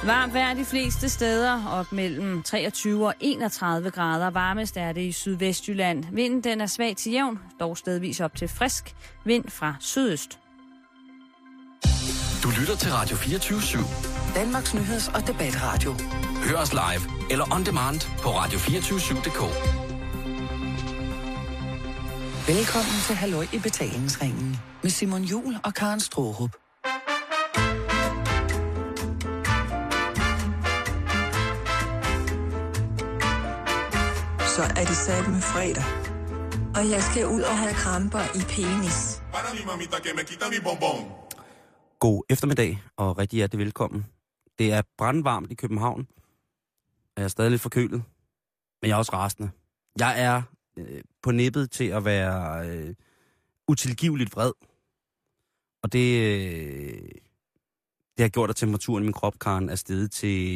Varmt vejr de fleste steder, op mellem 23 og 31 grader. Varmest er det i Sydvestjylland. Vinden den er svag til jævn, dog stedvis op til frisk. Vind fra sydøst. Du lytter til Radio 24/7. Danmarks nyheds- og debatradio. Hør os live eller on demand på radio247.dk. Velkommen til Halløj i betalingsringen med Simon Juhl og Karen Straarup. Så er det sat med fredag. Og jeg skal ud og have kramper i penis. God eftermiddag og rigtig hjertelig velkommen. Det er brandvarmt i København. Jeg er stadig lidt forkølet, men jeg er også rasende. Jeg er på nippet til at være utilgiveligt vred. Og det har gjort, at temperaturen i min krop, Karen, er steget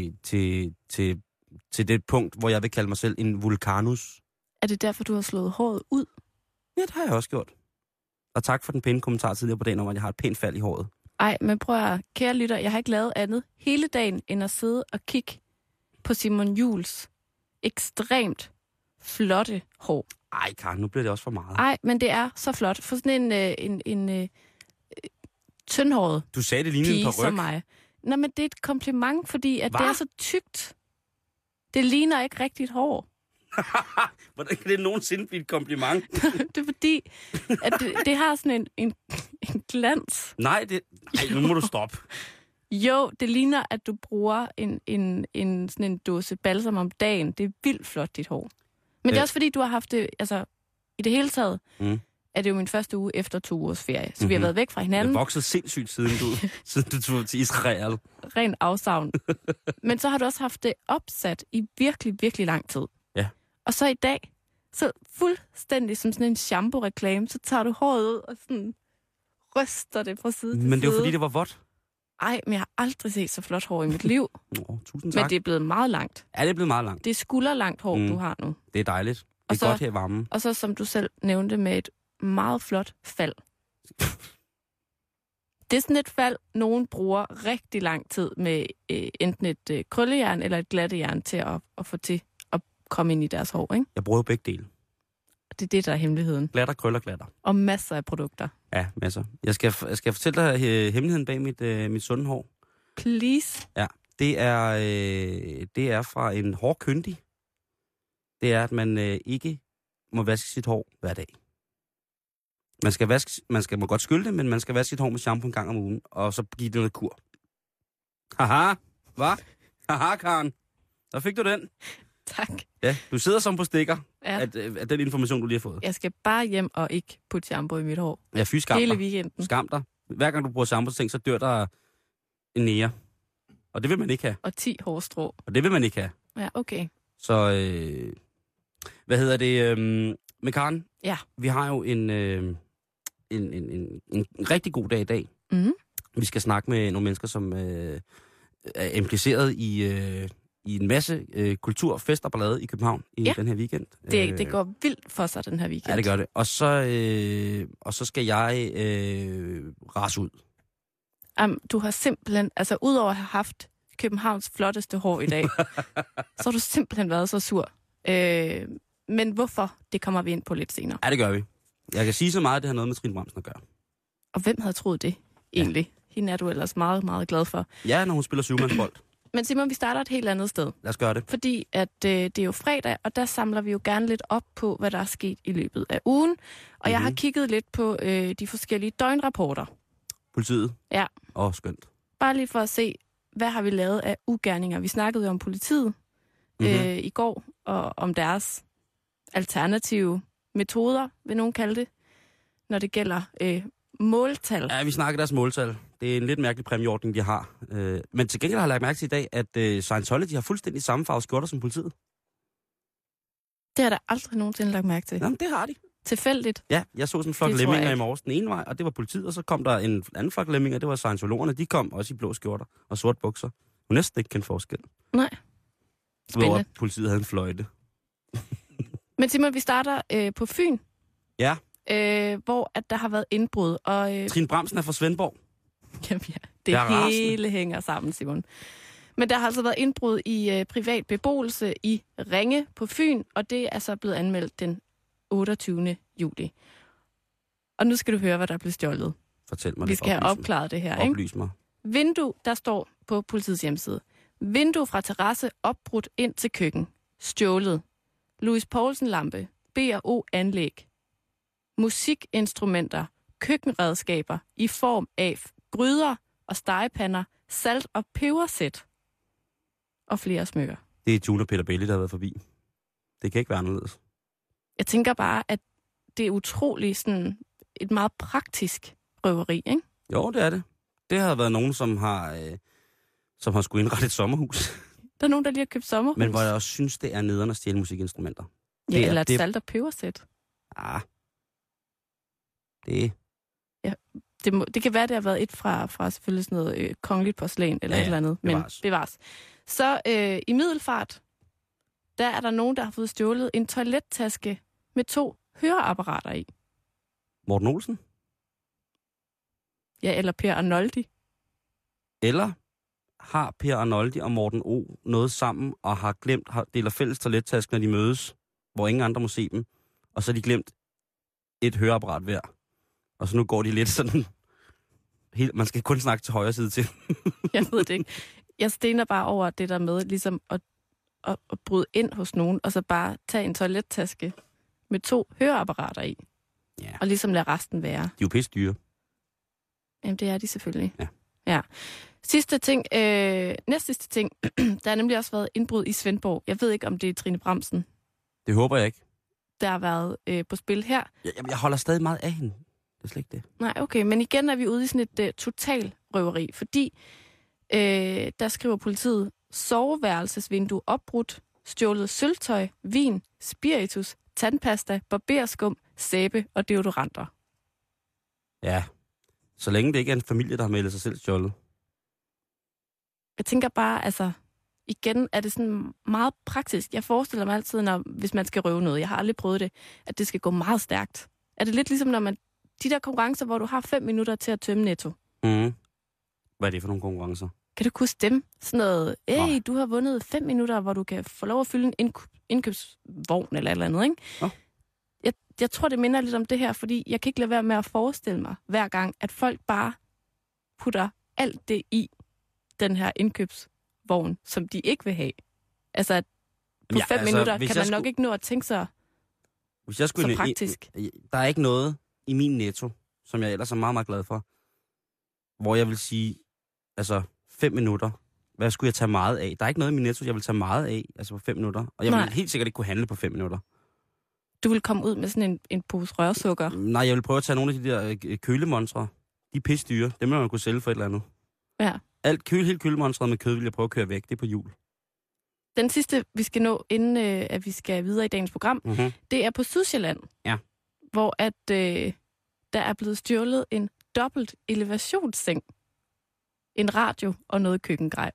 til det punkt, hvor jeg vil kalde mig selv en vulkanus. Er det derfor, du har slået håret ud? Ja, det har jeg også gjort. Og tak for den pæne kommentar tidligere på dagen om, at jeg har et pænt fald i håret. Ej, men prøv at, kære lytter, jeg har ikke lavet andet hele dagen, end at sidde og kigge på Simon Juhls ekstremt flotte hår. Ej, Karen, nu bliver det også for meget. Ej, men det er så flot. For sådan en tyndhåret Du sagde, det lignede en pige paryk. som mig. Nå, men det er et kompliment, fordi at Hva? det er så tykt. Det ligner ikke rigtigt hår. Hvordan kan det nogensinde blive et kompliment? Det er fordi, at det har sådan en glans. Nej, nu må du stoppe. Jo, det ligner, at du bruger sådan en dåse balsam om dagen. Det er vildt flot, dit hår. Men det er også fordi, du har haft det, altså i det hele taget, er det jo min første uge efter 2 ugers ferie. Så vi har været væk fra hinanden. Det er vokset sindssygt, siden du tog til Israel. Ren afsavn. Men så har du også haft det opsat i virkelig, virkelig lang tid. Ja. Og så i dag, så fuldstændig som sådan en shampoo-reklame, så tager du håret ud og sådan ryster det fra side til side. Men det var fordi, det var vådt. Ej, men jeg har aldrig set så flot hår i mit liv. Tusind tak. Men det er blevet meget langt. Ja, det er blevet meget langt. Det er skulderlangt hår, du har nu. Det er dejligt. Det er Og så, godt her i varmen. Og så, som du selv nævnte, med et meget flot fald. Det er sådan et fald, nogen bruger rigtig lang tid med enten et krøllejern eller et glattejern til at få til at komme ind i deres hår, ikke? Jeg bruger jo begge dele. Det er det, der er hemmeligheden. Glatter, krøller, glatter. Og masser af produkter. Ja, masser. Jeg skal fortælle dig hemmeligheden bag mit sunde hår. Please. Ja, det er fra en hårkyndig. Det er, at man ikke må vaske sit hår hver dag. Man må godt skylle det, men man skal vaske sit hår med shampoo en gang om ugen, og så give det noget kur. Haha, hvad? Haha, Karen. Så fik du den. Tak. Ja, du sidder som på stikker Ja. af den information, du lige har fået. Jeg skal bare hjem og ikke putte shampoo i mit hår. Ja, fy skam Hele dig. weekenden. Skam dig. Hver gang du bruger shampoo, så dør der en nære. Og det vil man ikke have. Og 10 hårstrå. Og det vil man ikke have. Ja, okay. Så, hvad hedder det? Med Karen? Ja. Vi har jo en rigtig god dag i dag. Mhm. Vi skal snakke med nogle mennesker, som er impliceret i en masse kultur, fest og ballade i København i den her weekend. Det går vildt for sig den her weekend. Ja, det gør det. Og så skal jeg rase ud. Du har simpelthen, altså udover at have haft Københavns flotteste hår i dag, så har du simpelthen været så sur. Men hvorfor, det kommer vi ind på lidt senere. Ja, det gør vi. Jeg kan sige så meget, at det har noget med Trine Bramsen at gøre. Og hvem havde troet det egentlig? Ja. Hende er du ellers meget, meget glad for. Ja, når hun spiller syvmandsbold. Men Simon, vi starter et helt andet sted. Lad os gøre det. Fordi at det er jo fredag, og der samler vi jo gerne lidt op på, hvad der er sket i løbet af ugen. Og jeg har kigget lidt på de forskellige døgnrapporter. Politiet? Ja. Skønt. Bare lige for at se, hvad har vi lavet af ugerninger. Vi snakkede jo om politiet i går, og om deres alternative metoder, vil nogen kalde det, når det gælder måltal. Ja, vi snakker deres måltal. Det er en lidt mærkelig præmieordning, de har. Men til gengæld har jeg lagt mærke til i dag, at Scientology har fuldstændig samme farve skjorter som politiet. Det har der aldrig nogensinde lagt mærke til. Jamen, det har de. Tilfældigt. Ja, jeg så sådan en flok lemminger i morges den ene vej, og det var politiet, og så kom der en anden flok lemminger, det var scientologerne. De kom også i blå skjorter og sort bukser. Hun næsten ikke kendte forskel. Nej. Spændende. Hvor politiet havde en fløjte. Men Simon, vi starter på Fyn. Ja. Hvor at der har været indbrud. Og, Trine Bramsen er fra Svendborg. Jamen ja, det hele hænger sammen, Simon. Men der har altså været indbrud i privat beboelse i Ringe på Fyn, og det er så blevet anmeldt den 28. juli. Og nu skal du høre, hvad der er blevet stjålet. Fortæl mig Vi skal have opklaret det her, ikke? Oplys mig. Vindue, der står på politiets hjemmeside. Vindue fra terrasse opbrudt ind til køkken. Stjålet. Louis Poulsen-lampe. B&O-anlæg. Musikinstrumenter. Køkkenredskaber i form af gryder og stegepander, salt- og pebersæt. Og flere smykker. Det er June og Peter Belli, der har været forbi. Det kan ikke være anderledes. Jeg tænker bare, at det er utroligt sådan et meget praktisk røveri, ikke? Jo, det er det. Det har været nogen, som har skulle indrette et sommerhus. Der er nogen, der lige har købt sommerhus. Men hvor jeg også synes, det er nederen at stjæle musikinstrumenter. Ja, eller et salt- og pebersæt. Ah. Det kan være, det har været et fra selvfølgelig sådan noget kongeligt porcelæn eller et eller andet. Men bevares. Så i Middelfart, der er der nogen, der har fået stjålet en toilettaske med 2 høreapparater i. Morten Olsen? Ja, eller Per Arnoldi. Eller har Per Arnoldi og Morten O. noget sammen og deler fælles toilettaske, når de mødes, hvor ingen andre må se dem, og så har de glemt et høreapparat hver. Og så nu går de lidt sådan... man skal kun snakke til højre side til. Jeg ved det ikke. Jeg stener bare over det der med ligesom at bryde ind hos nogen, og så bare tage en toilettaske med 2 høreapparater i. Ja. Og ligesom lade resten være. De er jo pisse dyre. Jamen, det er de selvfølgelig. Ja. Sidste ting. Næstsidste ting. Der har nemlig også været indbrud i Svendborg. Jeg ved ikke, om det er Trine Bramsen. Det håber jeg ikke. Der har været på spil her. Jeg holder stadig meget af hende. Det er slet ikke det. Nej, okay. Men igen er vi ude i sådan et total røveri, fordi der skriver politiet, soveværelsesvindue opbrudt, stjålet sølvtøj, vin, spiritus, tandpasta, barberskum, sæbe og deodoranter. Ja. Så længe det ikke er en familie, der har meldet sig selv stjålet. Jeg tænker bare, altså, igen er det sådan meget praktisk. Jeg forestiller mig altid, hvis man skal røve noget, jeg har aldrig prøvet det, at det skal gå meget stærkt. Er det lidt ligesom, når man de der konkurrencer, hvor du har 5 minutter til at tømme Netto? Mm. Hvad er det for nogle konkurrencer? Kan du huske dem? Sådan noget, du har vundet 5 minutter, hvor du kan få lov at fylde en indkøbsvogn eller et eller andet, ikke? Oh. Jeg tror, det minder lidt om det her, fordi jeg kan ikke lade være med at forestille mig hver gang, at folk bare putter alt det i den her indkøbsvogn, som de ikke vil have. Altså, at på 5 minutter kan man nok ikke nå at tænke sig så praktisk. Der er ikke noget i min Netto, som jeg ellers er meget, meget glad for, hvor jeg vil sige, altså 5 minutter, hvad skulle jeg tage meget af? Der er ikke noget i min Netto, jeg vil tage meget af, altså på 5 minutter. Og jeg vil helt sikkert ikke kunne handle på 5 minutter. Du vil komme ud med sådan en pose rørsukker? Nej, jeg vil prøve at tage nogle af de der kølemontre. De er pisse dyre. Dem vil man kunne sælge for et eller andet. Ja. Helt kølemonstret med kød vil jeg prøve at køre væk. Det er på jul. Den sidste, vi skal nå, inden at vi skal videre i dagens program, det er på Sydsjælland. Ja. Hvor at der er blevet stjålet en dobbelt elevationsseng, en radio og noget køkkengrej.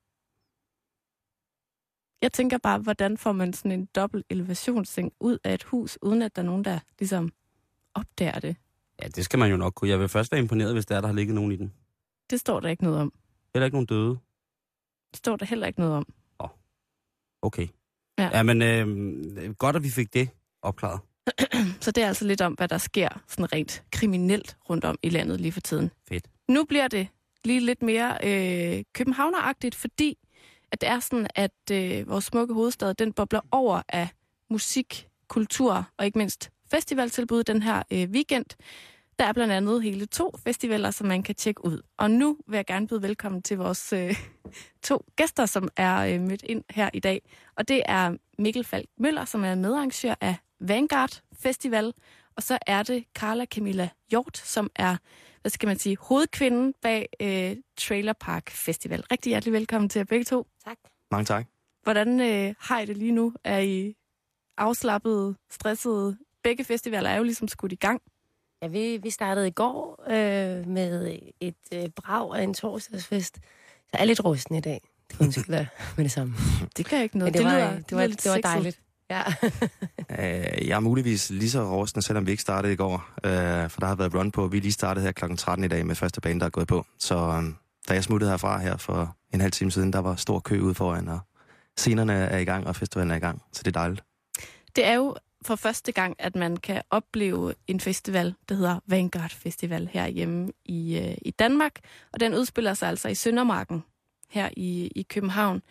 Jeg tænker bare, hvordan får man sådan en dobbelt elevationsseng ud af et hus, uden at der er nogen, der ligesom opdager det? Ja, det skal man jo nok kunne. Jeg vil først være imponeret, hvis der har ligget nogen i den. Det står der ikke noget om. Heller ikke nogen døde? Det står der heller ikke noget om. Okay. Ja, men godt, at vi fik det opklaret. Så det er altså lidt om, hvad der sker sådan rent kriminelt rundt om i landet lige for tiden. Fedt. Nu bliver det lige lidt mere københavneragtigt, fordi at det er sådan, at vores smukke hovedstad, den bobler over af musik, kultur og ikke mindst festivaltilbud den her weekend. Der er blandt andet hele 2 festivaler, som man kan tjekke ud. Og nu vil jeg gerne byde velkommen til vores 2 gæster, som er mødt ind her i dag. Og det er Mikkel Falk Møller, som er medarrangør af Vanguard Festival. Og så er det Carla Camilla Hjort, som er, hvad skal man sige, hovedkvinden bag Trailer Park Festival. Rigtig hjertelig velkommen til jer begge 2. Tak. Mange tak. Hvordan har I det lige nu? Er I afslappede, stressede? Begge festivaler er jo ligesom skudt i gang. Ja, vi startede i går med et brag af en torsdagsfest. Så jeg er lidt rusten i dag. Det kunne ikke være med det samme. Det kan ikke noget. Det var dejligt. Ja. Jeg er muligvis lige så rusten, selvom vi ikke startede i går. For der har været run på. Vi lige startede her kl. 13 i dag med første bane, der er gået på. Så da jeg smuttede herfra her for en halv time siden, der var stor kø ude foran, og scenerne er i gang, og festivalen er i gang, så det er dejligt. Det er jo for første gang, at man kan opleve en festival, der hedder Vanguard Festival herhjemme i Danmark, og den udspiller sig altså i Søndermarken her i København.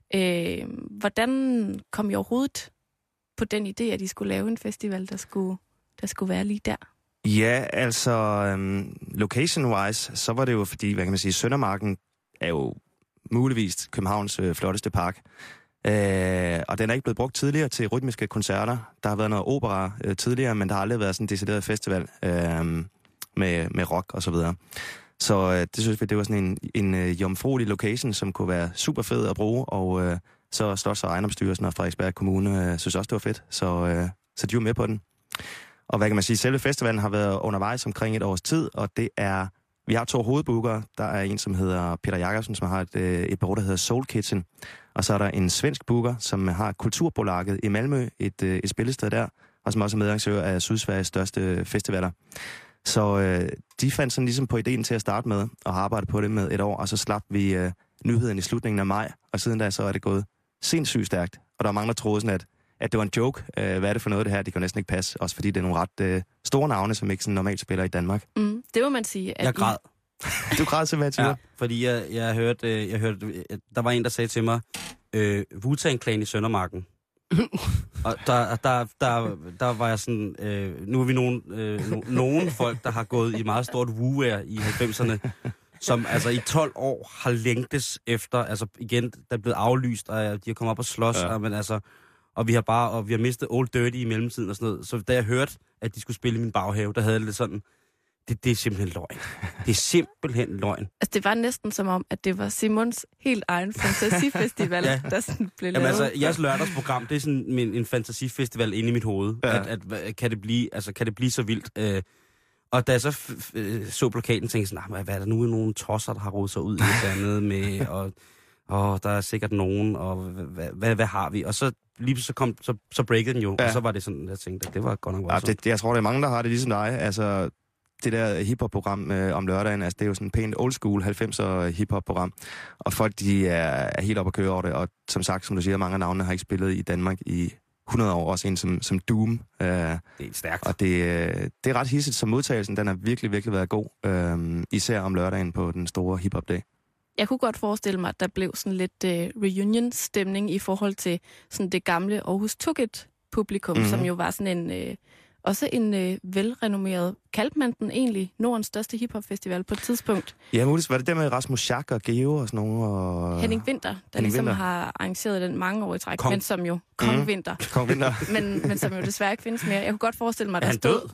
Hvordan kom I overhovedet på den idé, at I skulle lave en festival, der skulle være lige der? Ja, altså location-wise, så var det jo fordi, hvad kan man sige, Søndermarken er jo muligvis Københavns flotteste park. Og den er ikke blevet brugt tidligere til rytmiske koncerter. Der har været noget opera tidligere, men der har aldrig været sådan en decideret festival med rock og så videre. Så det synes vi, det var sådan en jomfruelig location, som kunne være super fed at bruge, og så Slots- og Ejendomsstyrelsen og Frederiksberg Kommune synes også, det var fedt, så de var med på den. Og hvad kan man sige, selve festivalen har været undervejs omkring et års tid, og vi har 2 hovedbookere. Der er en, som hedder Peter Jakobsen, som har et bureau, der hedder Soul Kitchen. Og så er der en svensk booker, som har Kulturbolaget i Malmø, et spillested der, og som også er medarrangør af Sydsveriges største festivaler. Så de fandt sådan ligesom på ideen til at starte med, og har arbejdet på det med et år, og så slap vi nyheden i slutningen af maj, og siden da så er det gået sindssygt stærkt. Og der er mange, der troede sådan, at det var en joke. Hvad er det for noget, det her? Det kan næsten ikke passe, også fordi det er nogle ret store navne, som ikke sådan normalt spiller i Danmark. Det må man sige. Jeg græd. Du græd simpelthen, ja, fordi jeg hørte, der var en, der sagde til mig, Wu-Tang Clan i Søndermarken. Og der var jeg sådan, nu er vi nogle folk, der har gået i meget stort Wu-vejr i 90'erne, som altså i 12 år har længtes efter, altså igen, der er blevet aflyst, og de har kommet op og slås, ja. Og vi har mistet Old Dirty i mellemtiden og sådan noget. Så da jeg hørte, at de skulle spille i min baghave, der havde det sådan, det er simpelthen løgn. Det er simpelthen løgn. Altså, det var næsten som om, at det var Simons helt egen fantasifestival, ja. Der sådan blev lavet. Jamen, altså, jeres lørdagsprogram, det er sådan en fantasifestival inde i mit hoved. Ja. Kan det blive så vildt? Og da jeg så plakaten, tænkte jeg sådan, hvad er der nu nogle tosser, der har rodet sig ud i det andet med, og der er sikkert nogen, og hvad har vi? Og så lige så breakede den jo, ja. Og så var det sådan, jeg tænkte, at det var godt nok voldsomt. Jeg tror, det er mange, der har det ligesom dig. Altså, det der hiphop-program om lørdagen, altså det er jo sådan en pænt old school 90'er hiphop-program, og folk de er helt oppe at køre over det, og som sagt, som du siger, mange af navnene har ikke spillet i Danmark i 100 år, også en som Doom. Det er stærkt. Og det er ret hissigt, som modtagelsen, den har virkelig, virkelig været god, især om lørdagen på den store hiphop-dag. Jeg kunne godt forestille mig, at der blev sådan lidt reunion-stemning i forhold til sådan det gamle Aarhus Tukket-publikum, som jo var sådan også en velrenommeret, kaldte man den egentlig, Nordens største hiphop-festival på et tidspunkt. Ja, muligvis. Var det der med Rasmus Schack og Geo og sådan nogle? Og Henning Winther, der ligesom har arrangeret den mange år i træk, men som jo Kong Winther. men som jo desværre ikke findes mere. Jeg kunne godt forestille mig, at der stod...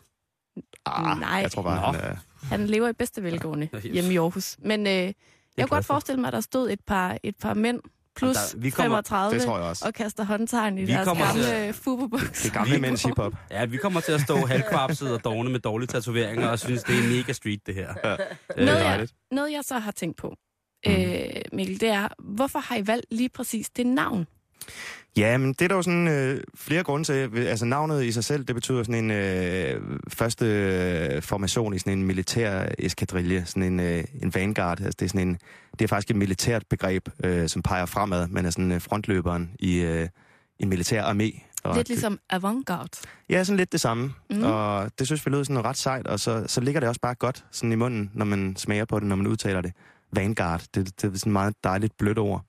Nej, jeg tror bare, han lever i bedste velgående hjemme i Aarhus. Men jeg kunne godt forestille mig, at der stod et par mænd plus 35 og kaster håndtegn i deres gamle fubobuks. Det gamle mænds hiphop. Ja, vi kommer til at stå halvkvapset og dogne med dårlige tatoveringer og synes, det er mega street, det her. Ja. Noget jeg så har tænkt på, Mikkel, det er, hvorfor har I valgt lige præcis det navn? Ja, men det er der jo sådan flere grunde til. Altså navnet i sig selv, det betyder sådan en første formation i sådan en militær eskadrille, sådan en vanguard. Altså det er faktisk et militært begreb, som peger fremad, men er sådan frontløberen i en militær armé. Lidt ligesom avantgarde. Ja, sådan lidt det samme. Og det synes vi lød sådan ret sejt, og så ligger det også bare godt sådan i munden, når man smager på det, når man udtaler det. Vanguard, det er sådan et meget dejligt blødt ord.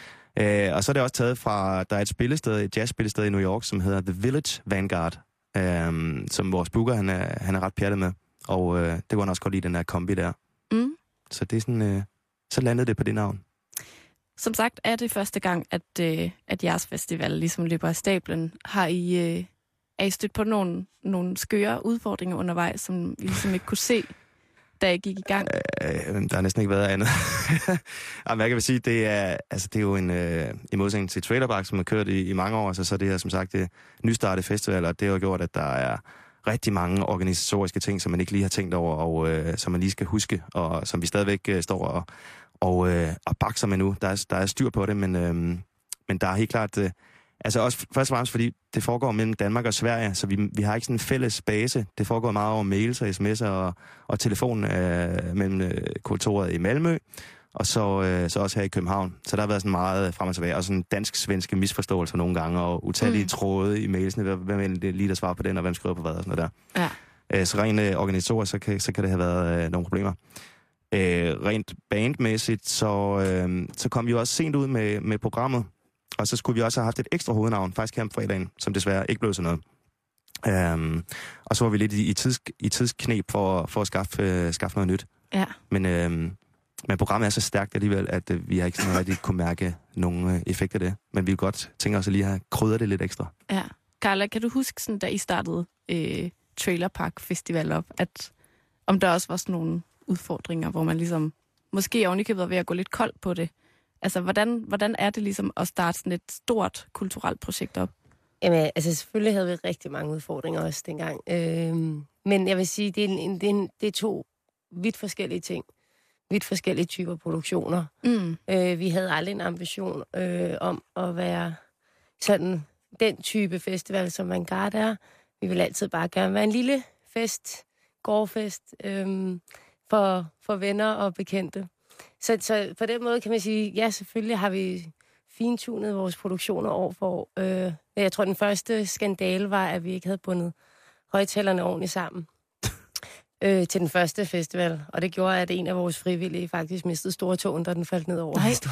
Og så er det også taget fra, der er et jazzspillested i New York, som hedder The Village Vanguard, som vores booker, han er ret pjattet med. Og det kunne han også godt lide, den der kombi der. Så det er sådan, så landede det på det navn. Som sagt er det første gang, at jeres festival ligesom løber af stablen. Er I stødt på nogle skøre udfordringer undervejs, som I ligesom ikke kunne se, da jeg gik i gang? Der har næsten ikke været andet. Jamen, jeg kan sige, det er jo en i modsætning til Trailer Park, som har kørt i mange år, så det her som sagt det nystartede festival, og det har gjort, at der er rigtig mange organisatoriske ting, som man ikke lige har tænkt over, og som man lige skal huske, og som vi stadigvæk står og bakser med nu. Der er styr på det, men der er helt klart... Altså også først og fremmest, fordi det foregår mellem Danmark og Sverige, så vi har ikke sådan en fælles base. Det foregår meget over mails og sms'er og telefon mellem kontoret i Malmø og så også her i København. Så der har været sådan meget frem og tilbage, og sådan dansk-svenske misforståelser nogle gange, og utallige tråde i mailsene, hvem er det lige, der svarer på den, og hvem skriver på hvad, og sådan noget der. Ja. Så rent organisatorisk, så kan det have været nogle problemer. Rent bandmæssigt, så kom vi jo også sent ud med programmet, og så skulle vi også have haft et ekstra hovednavn, faktisk her om fredagen, som desværre ikke blev sådan noget. Og så var vi lidt i tidskneb for at skaffe noget nyt. Ja. Men programmet er så stærkt alligevel, at vi har ikke sådan rigtig kunne mærke nogen effekt af det. Men vi vil godt tænke os at lige have krydret det lidt ekstra. Ja. Carla, kan du huske, sådan, da I startede Trailer Park Festival op, at om der også var sådan nogle udfordringer, hvor man ligesom måske ovenikøbet var ved at gå lidt kold på det? Altså, hvordan er det ligesom at starte sådan et stort kulturelt projekt op? Jamen, altså selvfølgelig havde vi rigtig mange udfordringer også dengang. Men jeg vil sige, det er to vidt forskellige ting. Vidt forskellige typer produktioner. Vi havde aldrig en ambition om at være sådan den type festival, som Vanguard er. Vi vil altid bare gerne være en lille fest, gårdfest, for venner og bekendte. Så på den måde kan man sige, ja, selvfølgelig har vi fintunet vores produktioner år for år. Jeg tror, den første skandale var, at vi ikke havde bundet højtalerne ordentligt sammen til den første festival. Og det gjorde, at en af vores frivillige faktisk mistede stortåen, da den faldt ned over. Nej.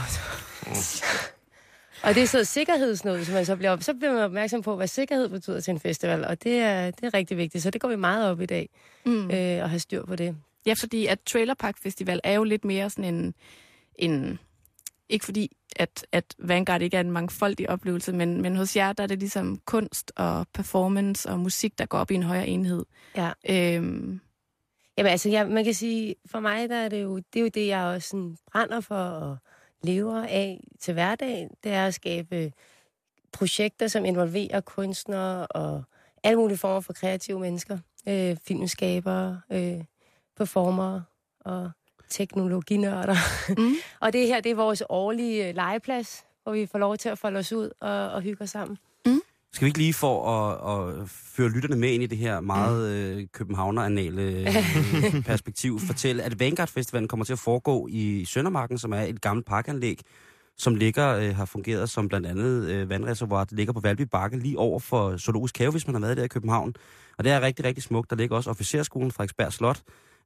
Og det er så sikkerhedsnød, så bliver man opmærksom på, hvad sikkerhed betyder til en festival. Og det er rigtig vigtigt, så det går vi meget op i dag, at have styr på det. Ja, fordi at Trailer Park Festival er jo lidt mere sådan en ikke fordi, at Vanguard ikke er en mangfoldig oplevelse, men hos jer, der er det ligesom kunst og performance og musik, der går op i en højere enhed. Ja. Jamen altså, man kan sige, for mig, der er det er jo det, jeg også sådan brænder for og lever af til hverdag. Det er at skabe projekter, som involverer kunstnere og alle mulige former for kreative mennesker. Filmskabere, performere og teknologinørder. Og det her, det er vores årlige legeplads, hvor vi får lov til at folde os ud og hygge os sammen. Skal vi ikke lige for at føre lytterne med ind i det her meget københavner-anale perspektiv fortælle, at Vanguard Festivalen kommer til at foregå i Søndermarken, som er et gammelt parkanlæg, som har fungeret som blandt andet vandreservoir. Det ligger på Valby Bakke lige over for Zoologisk Have, hvis man har været der i København. Og det er rigtig, rigtig smukt. Der ligger også Officersskolen, Frederiksberg Slot.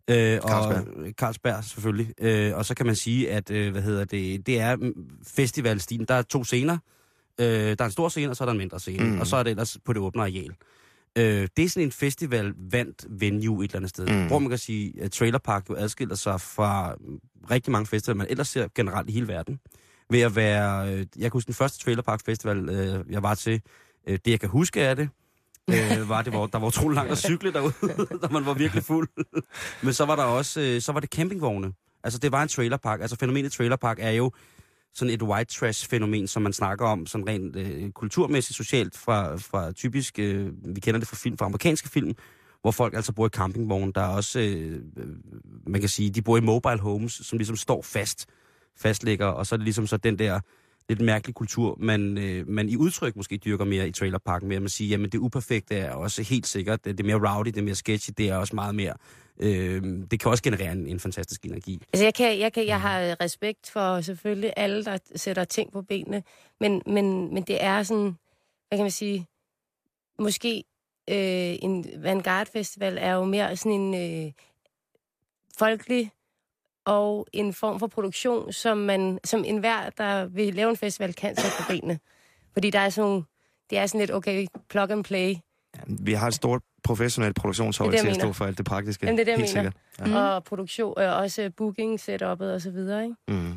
Carlsberg selvfølgelig. Og så kan man sige, at det er festivalstilen. Der er 2 scener. Der er en stor scene, og så er der en mindre scene. Og så er det ellers på det åbne areal. Det er sådan en festival-vandt venue et eller andet sted. Hvor man kan sige, at Trailer Park jo adskiller sig fra rigtig mange festivaler, man ellers ser generelt i hele verden. Ved at være... Jeg kan huske den første Trailer Park Festival, jeg var til. Det jeg kan huske af det, der var utrolig langt at cykle derude, da man var virkelig fuld. Men så var der også så var det campingvogne. Altså det var en trailerpark. Altså fænomenet trailerpark er jo sådan et white trash fænomen, som man snakker om sådan rent kulturmæssigt, socialt fra typisk, vi kender det fra amerikanske film, hvor folk altså bor i campingvogne. Der er også, man kan sige, de bor i mobile homes, som ligesom står fastligger, og så er det ligesom så den der lidt mærkelig kultur, man i udtryk måske dyrker mere i trailerparken, med at man siger, jamen det uperfekte er også helt sikkert, det er mere rowdy, det er mere sketchy, det er også meget mere, det kan også generere en fantastisk energi. Altså jeg har respekt for selvfølgelig alle, der sætter ting på benene, men det er sådan, hvad kan man sige, måske en Vanguard Festival er jo mere sådan en folkelig og en form for produktion, som enhver, der vil lave en festival, kan sætte på benene. Fordi det er sådan lidt, okay, plug and play. Ja, vi har et stort professionelt produktionshold til at stå for alt det praktiske. Jamen, det er det, helt jeg mener. Ja. Og produktion, også booking, setup'et og så videre, ikke?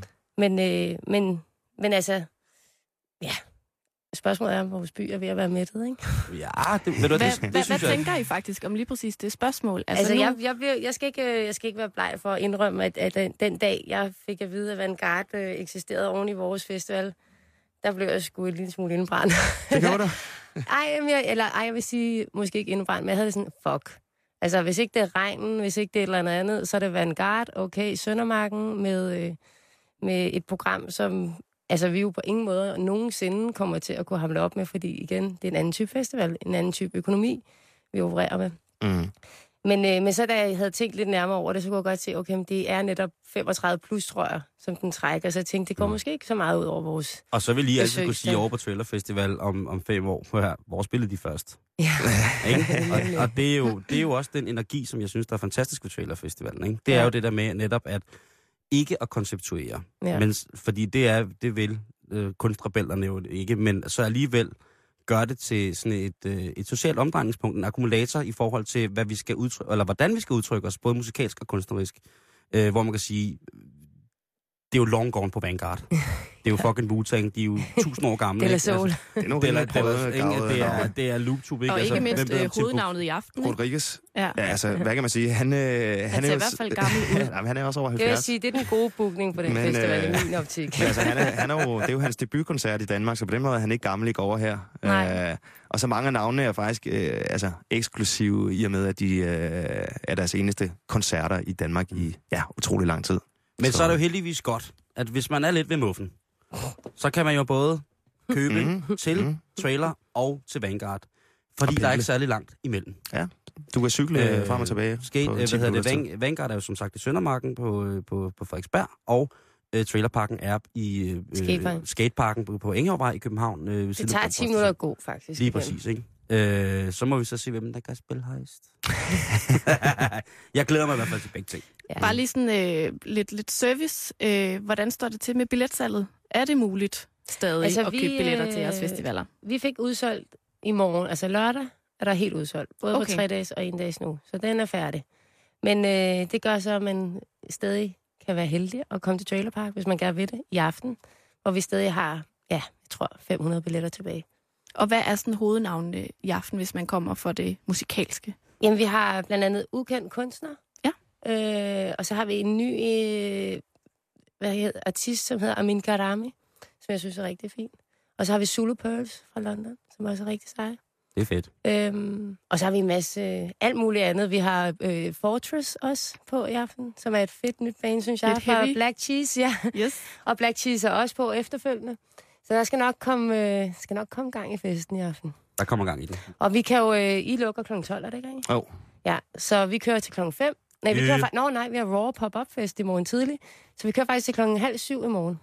Men altså, ja, spørgsmålet er, om vores by er ved at være mættet, ikke? Ja, hvad tænker I faktisk om lige præcis det spørgsmål? Altså jeg skal ikke være bleg for at indrømme, at den dag, jeg fik at vide, at Vanguard eksisterede oven i vores festival, der blev jeg sgu en lille smule indbrændt. Det gjorde du? jeg vil sige, måske ikke indbrændt, men jeg havde det sådan, fuck. Altså, hvis ikke det er regnen, hvis ikke det er et eller andet, så er det Vanguard, okay, Søndermarken, med et program, som altså, vi jo på ingen måde nogensinde kommer til at kunne hamle op med, fordi igen, det er en anden type festival, en anden type økonomi, vi opererer med. Men så da jeg havde tænkt lidt nærmere over det, så kunne jeg godt se, okay, det er netop 35 plus, tror jeg, som den trækker. Så jeg tænkte, det går måske ikke så meget ud over vores. Og så vil I altid kunne sige over på Trailer Festival om 5 år, hvor spillede de først? Ja. og det er jo også den energi, som jeg synes, der er fantastisk ved Trailer Festivalen. Ikke? Det er jo det der med netop at ikke at konceptuere. Ja. Men, fordi det vil kunstrebellerne jo ikke, men så alligevel gør det til sådan et socialt omdrejningspunkt, en akkumulator i forhold til, hvad vi skal udtrykke, eller hvordan vi skal udtrykke os, både musikalsk og kunstnerisk. Hvor man kan sige, det er jo long gone på Vanguard. Det er jo fucking Wu-Tang, de er jo 1000 år gamle. Det er Soul. Det er nogle det er Loop-tube, ikke? Og ikke mindst hovednavnet i aften. Rodriguez. Ja, altså, hvad kan man sige? Han er i hvert fald gammel ud. Han er også over 70. Det vil sige, det er den gode bookning på den festival i min optik. Altså, det er jo hans debutkoncert i Danmark, så på den måde er han ikke gammel, ikke over her. Og så mange af navnene er faktisk eksklusive i og med, at de er deres eneste koncerter i Danmark i utrolig lang tid. Men så er det jo heldigvis godt, at hvis man er lidt ved muffen, så kan man jo både købe til Trailer og til Vanguard. Fordi der er ikke særlig langt imellem. Ja, du kan cykle frem og tilbage. Vanguard er jo som sagt i Søndermarken på Frederiksberg, og Trailerparken er i skateparken på Enghave i København. Det tager 10 minutter at gå, faktisk. Lige præcis, ikke? Så må vi så se, hvem der kan spille højst. Jeg glæder mig i hvert fald til begge ting. Ja. Bare lige sådan lidt service. Hvordan står det til med billetsalget? Er det muligt stadig at købe billetter til jeres festivaler? Vi fik udsolgt i morgen, altså lørdag er der helt udsolgt. Både på 3 dages og 1 dages nu, så den er færdig. Men det gør så, at man stadig kan være heldig at komme til Trailer Park, hvis man gerne vil det, i aften. Hvor vi stadig har, jeg tror, 500 billetter tilbage. Og hvad er sådan hovednavnene i aften, hvis man kommer for det musikalske? Jamen, vi har blandt andet ukendt kunstner. Ja. Og så har vi en ny artist, som hedder Amin Karami, som jeg synes er rigtig fint. Og så har vi Zulu Pearls fra London, som også er rigtig sej. Det er fedt. Og så har vi en masse alt muligt andet. Vi har Fortress også på i aften, som er et fedt nyt band, synes jeg. Fra Black Cheese, ja. Yes. Og Black Cheese er også på efterfølgende. Så der skal nok komme gang i festen i aften. Der kommer gang i det. Og vi kan jo... I lukker kl. 12, er det ikke? Jo. Ja, så vi kører til kl. 5. Nej, vi kører vi har Raw Pop-Up Fest i morgen tidlig. Så vi kører faktisk til kl. 6:30 i morgen.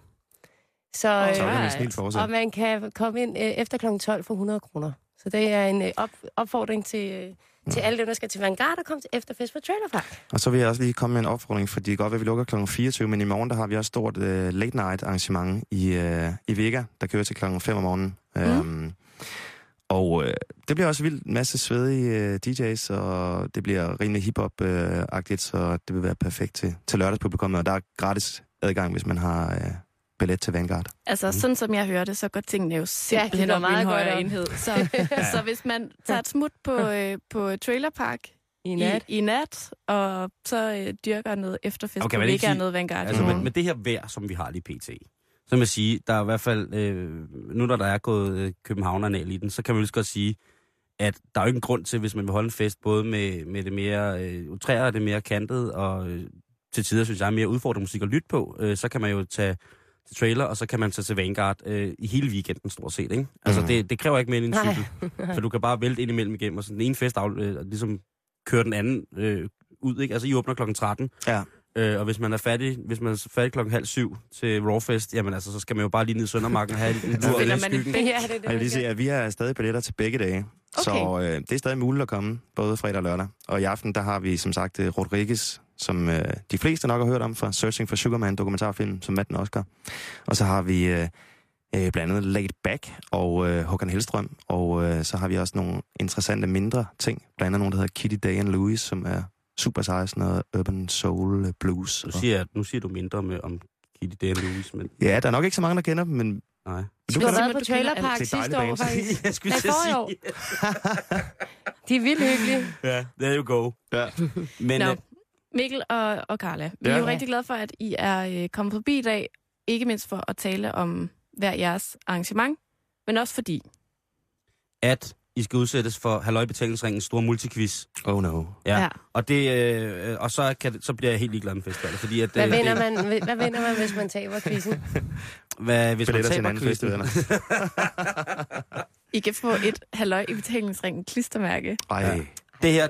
Og man kan komme ind efter kl. 12 for 100 kroner. Så det er en opfordring til alle dem, der skal til Vanguard og komme til efterfest på Trailer Park. Og så vil jeg også lige komme med en opfordring, fordi det kan godt være, at vi lukker kl. 24, men i morgen der har vi også stort late night arrangement i Vega, der kører til kl. 5 om morgenen. Og det bliver også vildt, en masse svedige DJ's, og det bliver rimelig hip-hop-agtigt, så det vil være perfekt til lørdagspublikummet, og der er gratis adgang, hvis man har billet til Vanguard. Altså, sådan som jeg hørte, så går tingene jo simpelthen om en højere enhed. Så hvis man tager et smut på Trailer Park i nat, og så dyrker noget efterfest, okay, ikke er noget Vanguard. Altså, med det her vejr, som vi har lige pt., så vil jeg sige, der er i hvert fald, nu når der er gået københavnerne i den, så kan man jo godt sige, at der er jo ikke en grund til, hvis man vil holde en fest, både med det mere utrære og det mere kantede, og til tider, synes jeg, mere udfordrende musik at lytte på, så kan man jo tage til Trailer, og så kan man tage til Vanguard i hele weekenden, stort set, ikke? Altså, det kræver ikke mere end en cykel, for du kan bare vælte ind imellem igennem, og så den ene fest ligesom kører den anden ud, ikke? Altså, I åbner kl. 13. Ja. Og hvis man er færdig klokken 6:30 til Rawfest, jamen altså, så skal man jo bare lige ned i Søndermarken og have en lur i skyggen. Jeg vil lige sige, at vi har stadig billetter til begge dage. Okay. Så det er stadig muligt at komme, både fredag og lørdag. Og i aften, der har vi som sagt Rodriguez, som de fleste nok har hørt om fra Searching for Sugar Man dokumentarfilm, som vandt en Oscar. Og så har vi blandt andet Laid Back og Håkan Hellstrøm. Og så har vi også nogle interessante mindre ting. Blandt andet nogen, der hedder Kitty Day and Louis, som er super seje, sådan noget urban soul blues. Nu siger du mindre om Kitty Day and Louis, men... Ja, der er nok ikke så mange, der kender dem, men... Nej. Du har været på Trailer Park sidste år, faktisk. Jeg skulle til at sige. De er vildt hyggelige. Ja, there you go. Ja. Men, Mikkel og Carla, vi er jo rigtig glade for, at I er kommet forbi i dag. Ikke mindst for at tale om hver jeres arrangement, men også fordi... At I skal udsættes for Halløj Betalingsringens store multiquiz. Oh no. Ja. Og det og så bliver jeg helt ligeglad med festivaler, fordi at hvad vinder man, hvis man taber quizzen? Hvis man taber quizzen? I kan få et Halløj i Betalingsringen klistermærke. Ej. Det her,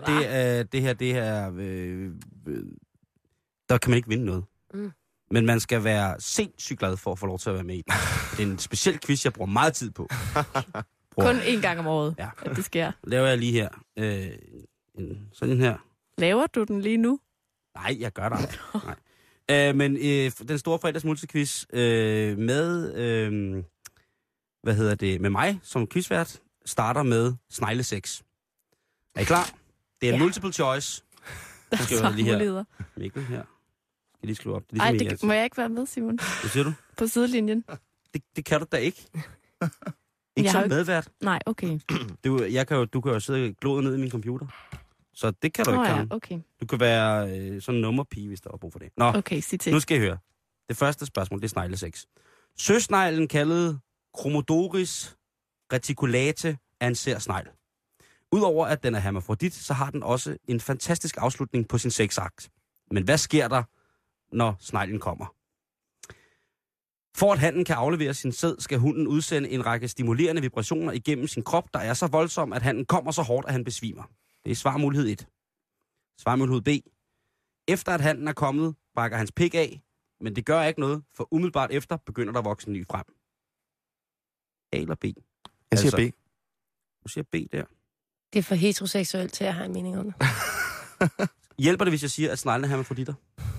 der kan man ikke vinde noget. Men man skal være sindssygt glad for at få lov til at være med i den. Det er en speciel quiz, jeg bruger meget tid på. Kun én gang om året, ja. at det sker. Laver jeg lige her. Sådan her. Laver du den lige nu? Nej, jeg gør det ikke. Nej. Men den store fredags multiquiz med, med mig som quizvært, starter med snegleseks. Er I klar? Det er en multiple choice. Der er så muligheder. Mikkel her. Skal lige skrive op. Det ligesom må jeg ikke være med, Simon. Hvad siger du? På sidelinjen. Det kan du da ikke. Ikke som medvært. Nej, okay. Du kan jo sidde og glode ned i min computer. Så det kan du ikke. Ja, okay. Du kan være sådan en nummerpige, hvis der er brug for det. Nå, okay, sig til. Nu skal I høre. Det første spørgsmål, det er snegleseks. Søsneglen kaldet Chromodoris reticulate er en sær snegl. Udover at den er hermafrodit, så har den også en fantastisk afslutning på sin sexakt. Men hvad sker der, når sneglen kommer? For at hannen kan aflevere sin sæd, skal hunden udsende en række stimulerende vibrationer igennem sin krop, der er så voldsom, at hannen kommer så hårdt, at han besvimer. Det er svarmulighed 1. Svarmulighed B. Efter at hannen er kommet, brækker hans pik af, men det gør ikke noget, for umiddelbart efter begynder der at vokse en ny frem. A eller B? Jeg siger B. Du siger B der. Det er for heteroseksuelt til at have en mening om det. Hjælper det, hvis jeg siger, at sneglene er hermafroditter?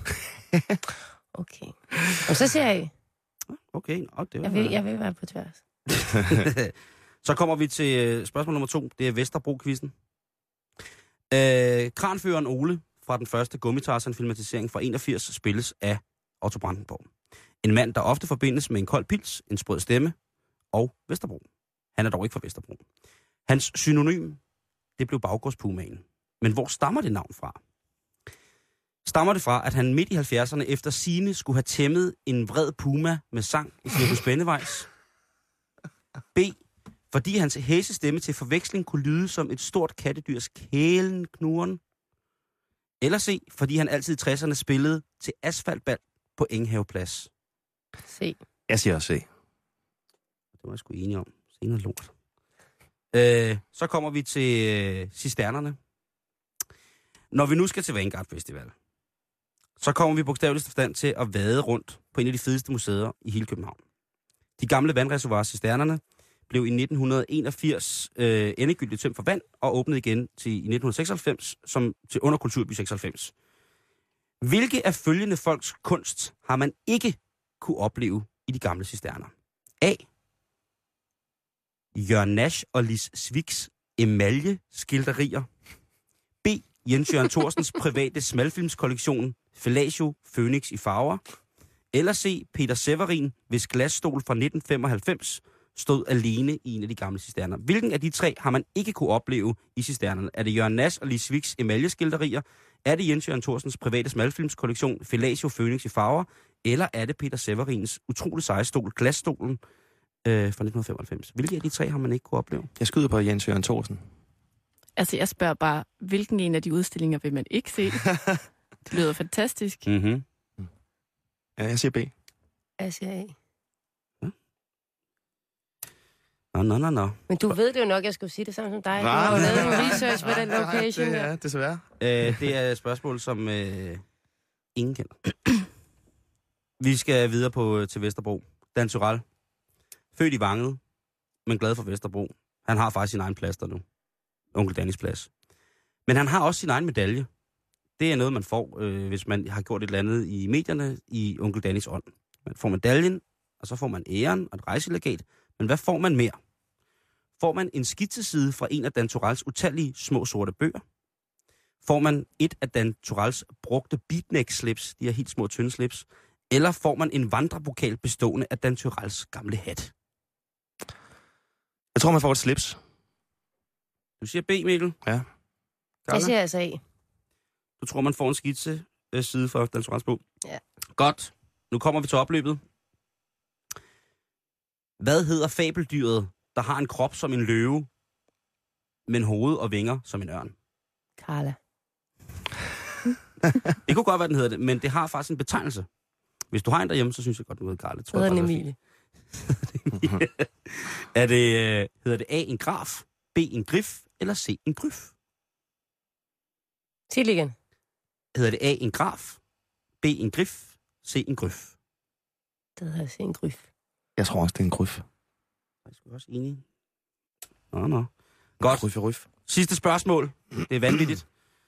Okay. Og så siger jeg okay. Det var jeg vil være på tværs. Så kommer vi til spørgsmål nummer 2. Det er Vesterbro-quizzen. Kranføreren Ole fra den første Gummitarsan-filmatisering fra 81 spilles af Otto Brandenborg. En mand, der ofte forbindes med en kold pils, en sprød stemme og Vesterbro. Han er dog ikke fra Vesterbro. Hans synonym, det blev baggårdspumaen. Men hvor stammer det navn fra? Stammer det fra, at han midt i 70'erne efter sigende skulle have tæmmet en vred puma med sang i Cirkus Bennevejs? B. Fordi hans hæse stemme til forveksling kunne lyde som et stort kattedyrs kælenknurren? Eller C. Fordi han altid i 60'erne spillede til asfaltbal på Enghaveplads? C. Jeg siger også C. Det var jeg sgu enig om. Senere lort. Så kommer vi til cisternerne. Når vi nu skal til Vanguard Festival, så kommer vi bogstaveligt forstand til at vade rundt på en af de fedeste museer i hele København. De gamle vandreservoirer cisternerne blev i 1981 endegyldigt tømt for vand og åbnede igen i 1996 til under Kulturby 96. Hvilke af følgende folks kunst har man ikke kunne opleve i de gamle cisterner? A. Jørgen Nash og Lis Svigs emalje-skilderier. B. Jens Jørgen Thorsens private smalfilmskollektion Fellatio Phoenix i farver. Eller C. Peter Severin, hvis glasstol fra 1995 stod alene i en af de gamle cisterner. Hvilken af de tre har man ikke kunne opleve i cisternerne? Er det Jørgen Nash og Lis Svigs emalje-skilderier? Er det Jens Jørgen Thorsens private smalfilmskollektion Fellatio Phoenix i farver? Eller er det Peter Severins utrolig seje stol, glasstolen fra 1995? Hvilke af de tre har man ikke kunne opleve? Jeg skyder på Jens Jørgen Thorsen. Altså, jeg spørger bare, hvilken en af de udstillinger vil man ikke se? Det lyder fantastisk. Mm-hmm. Ja, jeg siger B. Jeg siger A. Nå. Men du ved det jo nok, jeg skulle sige det samme som dig. Du har jo lavet en research på den location. Nej, det er desværre. Det er et spørgsmål, som ingen kender. Vi skal videre til Vesterbro. Dan Tyrell. Født i Vanget, men glad for Vesterbro. Han har faktisk sin egen plads der nu. Onkel Dannys plads. Men han har også sin egen medalje. Det er noget, man får, hvis man har gjort et eller andet i medierne i Onkel Dannys ånd. Man får medaljen, og så får man æren og et rejselegat. Men hvad får man mere? Får man en skitseside fra en af Dan Turells utallige små sorte bøger? Får man et af Dan Turells brugte beatneck-slips, de her helt små tynde slips? Eller får man en vandrepokal bestående af Dan Turells gamle hat? Jeg tror, man får et slips. Du siger B, Mikkel? Ja. Jeg siger altså A. Du tror, man får en skitse-side fra Dan Turells bog? Ja. Godt. Nu kommer vi til opløbet. Hvad hedder fabeldyret, der har en krop som en løve, men hoved og vinger som en ørn? Carla. Det kunne godt være, den hedder det, men det har faktisk en betegnelse. Hvis du har en derhjemme, så synes jeg godt, du hedder Carla. Det hedder Emilie. Hedder det A, en graf, B, en grif, eller C, en gryf? Sig det igen. Hedder det A, en graf, B, en grif, C, en gryf? Det hedder C, en gryf. Jeg tror også, det er en gryf. Jeg er sgu også enig. Nå. Godt. Gryf. Sidste spørgsmål. Det er vanvittigt.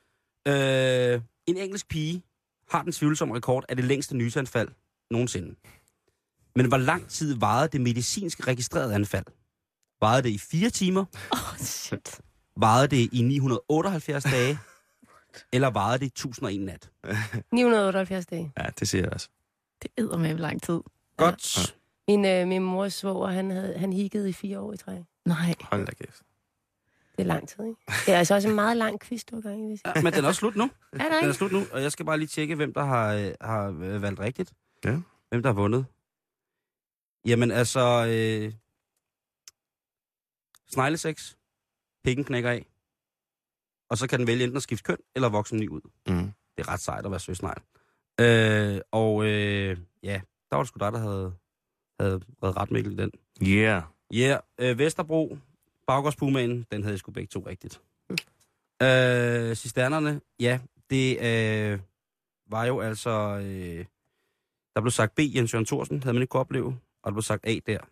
En engelsk pige har den tvivlsomme rekord af det længste nyseanfald nogensinde. Men hvor lang tid varede det medicinsk registrerede anfald? Varede det i 4 timer? Shit. Varede det i 978 dage? Eller varede det i 1001 nat? 978 dage. Ja, det siger jeg også. Det æder med lang tid. Godt. Min mors svoger, han higgede i 4 år i træk. Nej. Hold da kæft. Det er lang tid, ikke? Det er altså også en meget lang quiz, du har gang i. Ja, men den er også slut nu. Er der Den ikke? er slut nu, og jeg skal bare lige tjekke, hvem der har valgt rigtigt. Ja. Hvem der har vundet. Jamen altså... Snegleseks. Pikken knækker af. Og så kan den vælge enten at skifte køn, eller vokse ny ud. Mm. Det er ret sejt at være søsnegl. Ja, der var det sgu dig, der havde været ret, Mikkel, i den. Yeah. Ja, Vesterbro, Baggårdspumaen, den havde jeg sgu begge to rigtigt. Cisternerne, ja, det var jo altså... der blev sagt B, Jens Jørgen Thorsen, havde man ikke kunne opleve, og der blev sagt A der.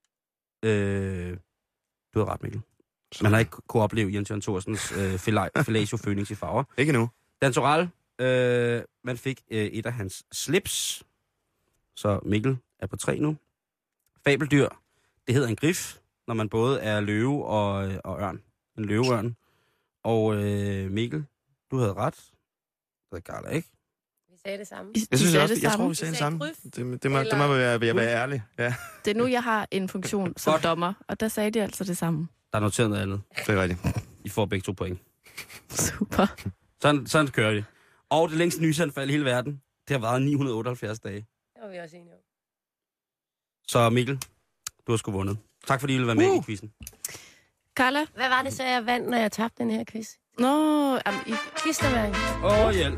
Du havde ret, Mikkel. Man har ikke kunne opleve Jens Jørgen Thorsens fellatio Phoenix i farver. Ikke nu. Dan Torell, man fik et af hans slips, så Mikkel er på 3 nu. Fabeldyr, det hedder en grif, når man både er løve og ørn. En løveørn. Og Mikkel, du havde ret. Det havde Carla ikke. Vi sagde det samme. Jeg synes også, jeg tror, vi sagde det samme. Det må være ærlig. Ja. Det er nu, jeg har en funktion som dommer, og der sagde de altså det samme. Der er noteret noget andet. Det er rigtigt. I får begge 2 point. Super. Sådan kører de. Og det længste nyseanfald i hele verden, det har varet 978 dage. Det var vi også enige om. Så Mikkel, du har sgu vundet. Tak fordi I ville være med i quizzen. Carla? Hvad var det så, jeg vandt, når jeg tabte den her quiz? Nå, i Klistermærke. Hjælp.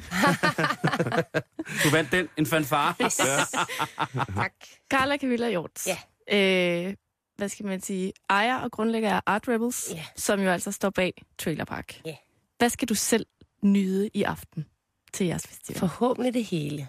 Du vandt den. En fanfare. Yes. Tak. Carla Camilla Hjorts. Ja. Hvad skal man sige? Ejer og grundlægger af Art Rebels, som jo altså står bag Trailer Park. Ja. Hvad skal du selv nyde i aften til jeres festival? Forhåbentlig det hele.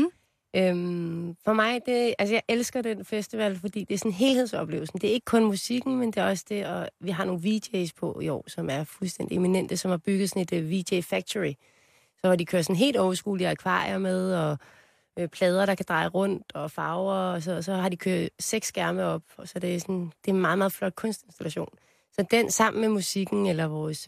For mig, jeg elsker den festival, fordi det er sådan en helhedsoplevelse. Det er ikke kun musikken, men det er også det, og vi har nogle VJ's på i år, som er fuldstændig eminente, som har bygget sådan et VJ Factory. Så har de kørt sådan helt old school i akvarier med, og plader, der kan dreje rundt, og farver, og så har de kørt 6 skærme op, og så det er sådan, det er en meget, meget flot kunstinstallation. Så den sammen med musikken, eller vores...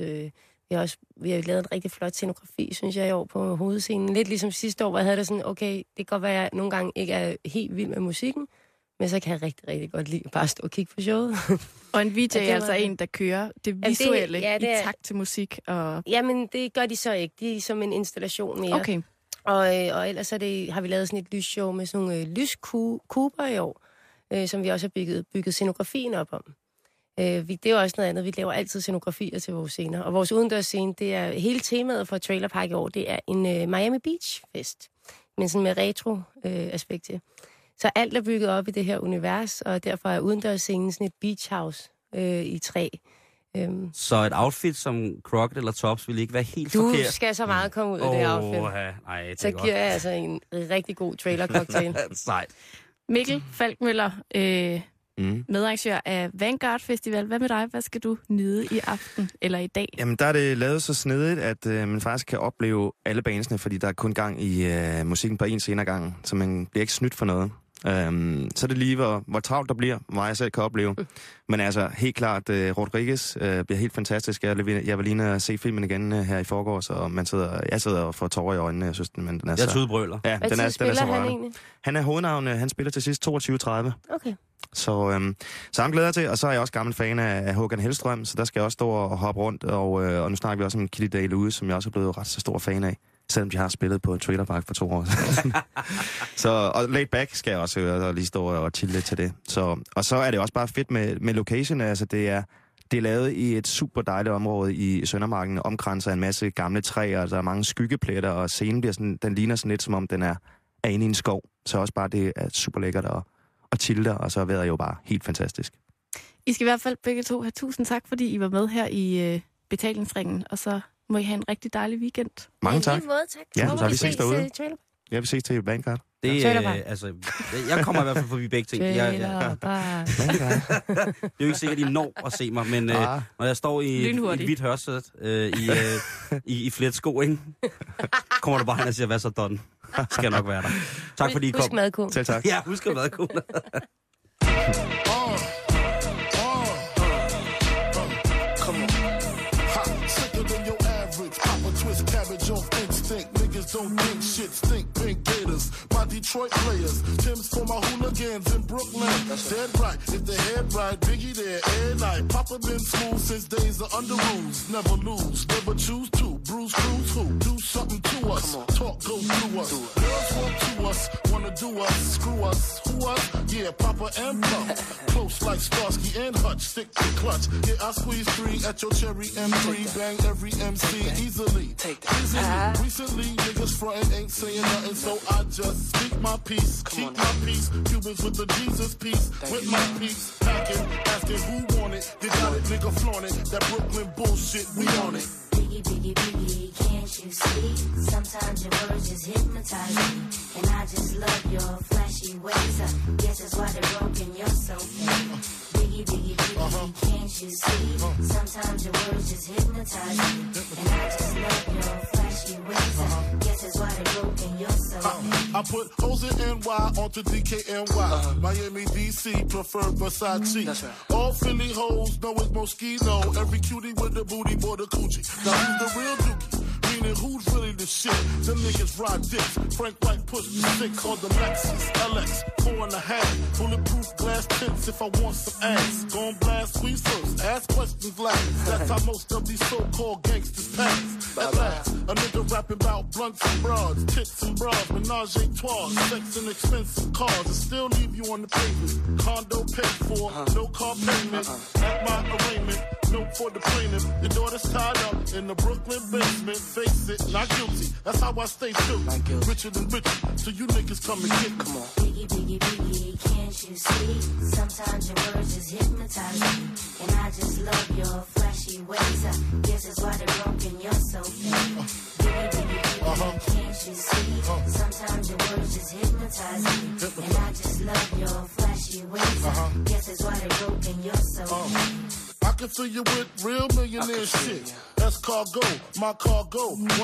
Vi har lavet en rigtig flot scenografi, synes jeg, i år på hovedscenen. Lidt ligesom sidste år, hvor jeg havde det sådan, okay, det kan godt være, at jeg nogle gange ikke er helt vild med musikken, men så kan jeg rigtig, rigtig godt lide bare at stå og kigge på showet. Og en VJ er altså en, der kører det visuelle det i takt til musik. Og... Jamen, det gør de så ikke. De er som en installation mere. Okay. Og ellers har vi lavet sådan et lysshow med sådan nogle lyskuber i år, som vi også har bygget scenografien op om. Det er jo også noget andet. Vi laver altid scenografier til vores scener. Og vores udendørsscene, det er hele temaet for Trailer Park i år, det er en Miami Beach fest, men sådan med retro-aspekt til. Så alt er bygget op i det her univers, og derfor er udendørsscenen sådan et beach house i træ. Så et outfit som Crockett eller Tops ville ikke være helt forkert? Du skal så meget komme ud af det outfit. Nej, det så giver jeg altså en rigtig god trailer-cocktail. Sejt. Mikkel Falkmøller, medarrangør af Vanguard Festival. Hvad med dig? Hvad skal du nyde i aften eller i dag? Jamen, der er det lavet så snedigt, at man faktisk kan opleve alle bandsene, fordi der er kun gang i musikken på en scene ad gangen, så man bliver ikke snydt for noget. Så er det lige, hvor travlt der bliver, hvor jeg selv kan opleve. Men altså, helt klart, Rodriguez bliver helt fantastisk. Jeg var lige nede at se filmen igen her i forgårs, og jeg sidder og får tårer i øjnene. Jeg synes, men den er jeg tudbrøler. Ja, hvad den er så han egentlig? Han er hovednavnet. Han spiller til sidst 22:30. Okay. Så ham glæder jeg til, og så er jeg også gammel fan af Håkan Hellstrøm, så der skal jeg også stå og hoppe rundt, og nu snakker vi også om Kitty Dale ude, som jeg også er blevet ret så stor fan af, selvom de har spillet på Trailer Park for 2 år siden. Og Laid Back skal jeg også høre, og lige stå og chille lidt til det. Og så er det også bare fedt med location, altså det er lavet i et super dejligt område i Søndermarken, omkranset af en masse gamle træer, og der er mange skyggepletter, og scenen bliver sådan, den ligner sådan lidt, som om den er inde i en skov. Så også bare det er super lækkert og chille der, og så er vejret jo bare helt fantastisk. I skal i hvert fald begge to have tusind tak, fordi I var med her i betalingsringen, og så må I have en rigtig dejlig weekend. Mange tak. Måde, tak. Ja, så vi ses derude. Ja, vi ses til Bankart. Det altså, jeg kommer i hvert fald forbi begge ting. Det er jo ikke sikkert, at I når at se mig, men når jeg står i et hvidt hørsæt i flet sko, ikke? Kommer du bare hen og siger, hvad så, Don? Skal jeg nok være der. Tak fordi I kom. Husk madkuglen. Selv tak. Ja, husk madkuglen. Don't think shit, stink pink gators. My Detroit players, Tim's for my hooligans in Brooklyn. Dead right, if the head right, Biggie there, and night. Papa been smooth since days of under rules. Never lose, never choose to. Bruce Cruz who? Do something to us. Talk go through us. Girls want to us, wanna do us, screw us. Who us? Yeah, Papa and Pump. Close like Starsky and Hutch, stick to clutch. Yeah, I squeeze 3 at your cherry M3. Bang every MC easily. Easily. Recently, niggas frontin' ain't saying nothing, so I just speak my peace, keep my peace. Cubans with the Jesus peace, with my peace. Packing, asking who want it. You got it, nigga flaunt it. That Brooklyn bullshit, we on it. Biggie, biggie, biggie, can't you see? Sometimes your words just hypnotize me. And I just love your flashy ways. I guess that's why they're broken, you're so fake. Biggie, biggie, biggie, can't you see? Sometimes your words just hypnotize me. And I just love your flashy ways. I guess that's why they're broken, you're so fake. I put hoes in NY onto DKNY. Miami, DC, prefer Versace. That's right. All Philly hoes know it's Moschino. Every cutie with the booty, boy, the coochie. Now who's the real dookie? Meaning who's really the shit? Them niggas ride dicks. Frank White pushed the 6 on the Lexus LX 4.5. Bulletproof glass tips if I want some ass. Gon' blast squeeze first, ask questions last. That's how most of these so-called gangsters pass. At last, a nigga rapping about blunts and broads, tits and bras, menage a trois, sex and expensive cars, and still leave you on the pavement. Condo paid for, no car payment. At my arraignment, note for the plaintiff. Your daughter's tied up in the Brooklyn basement. Face it, not guilty. That's how I stay true. Richer than richer, so you niggas come and get me. Come on. Biggie, biggie, biggie, can't you see? Sometimes your words just hypnotize me. And I just love your flashy ways. I guess that's why they're broken, you're so fake. Biggie, biggie, biggie, can't you see? Sometimes your words just hypnotize me. And I just love your flashy ways. I guess that's why they're broken, you're so fake. I can fill you with real millionaire shit. That's cargo, my cargo,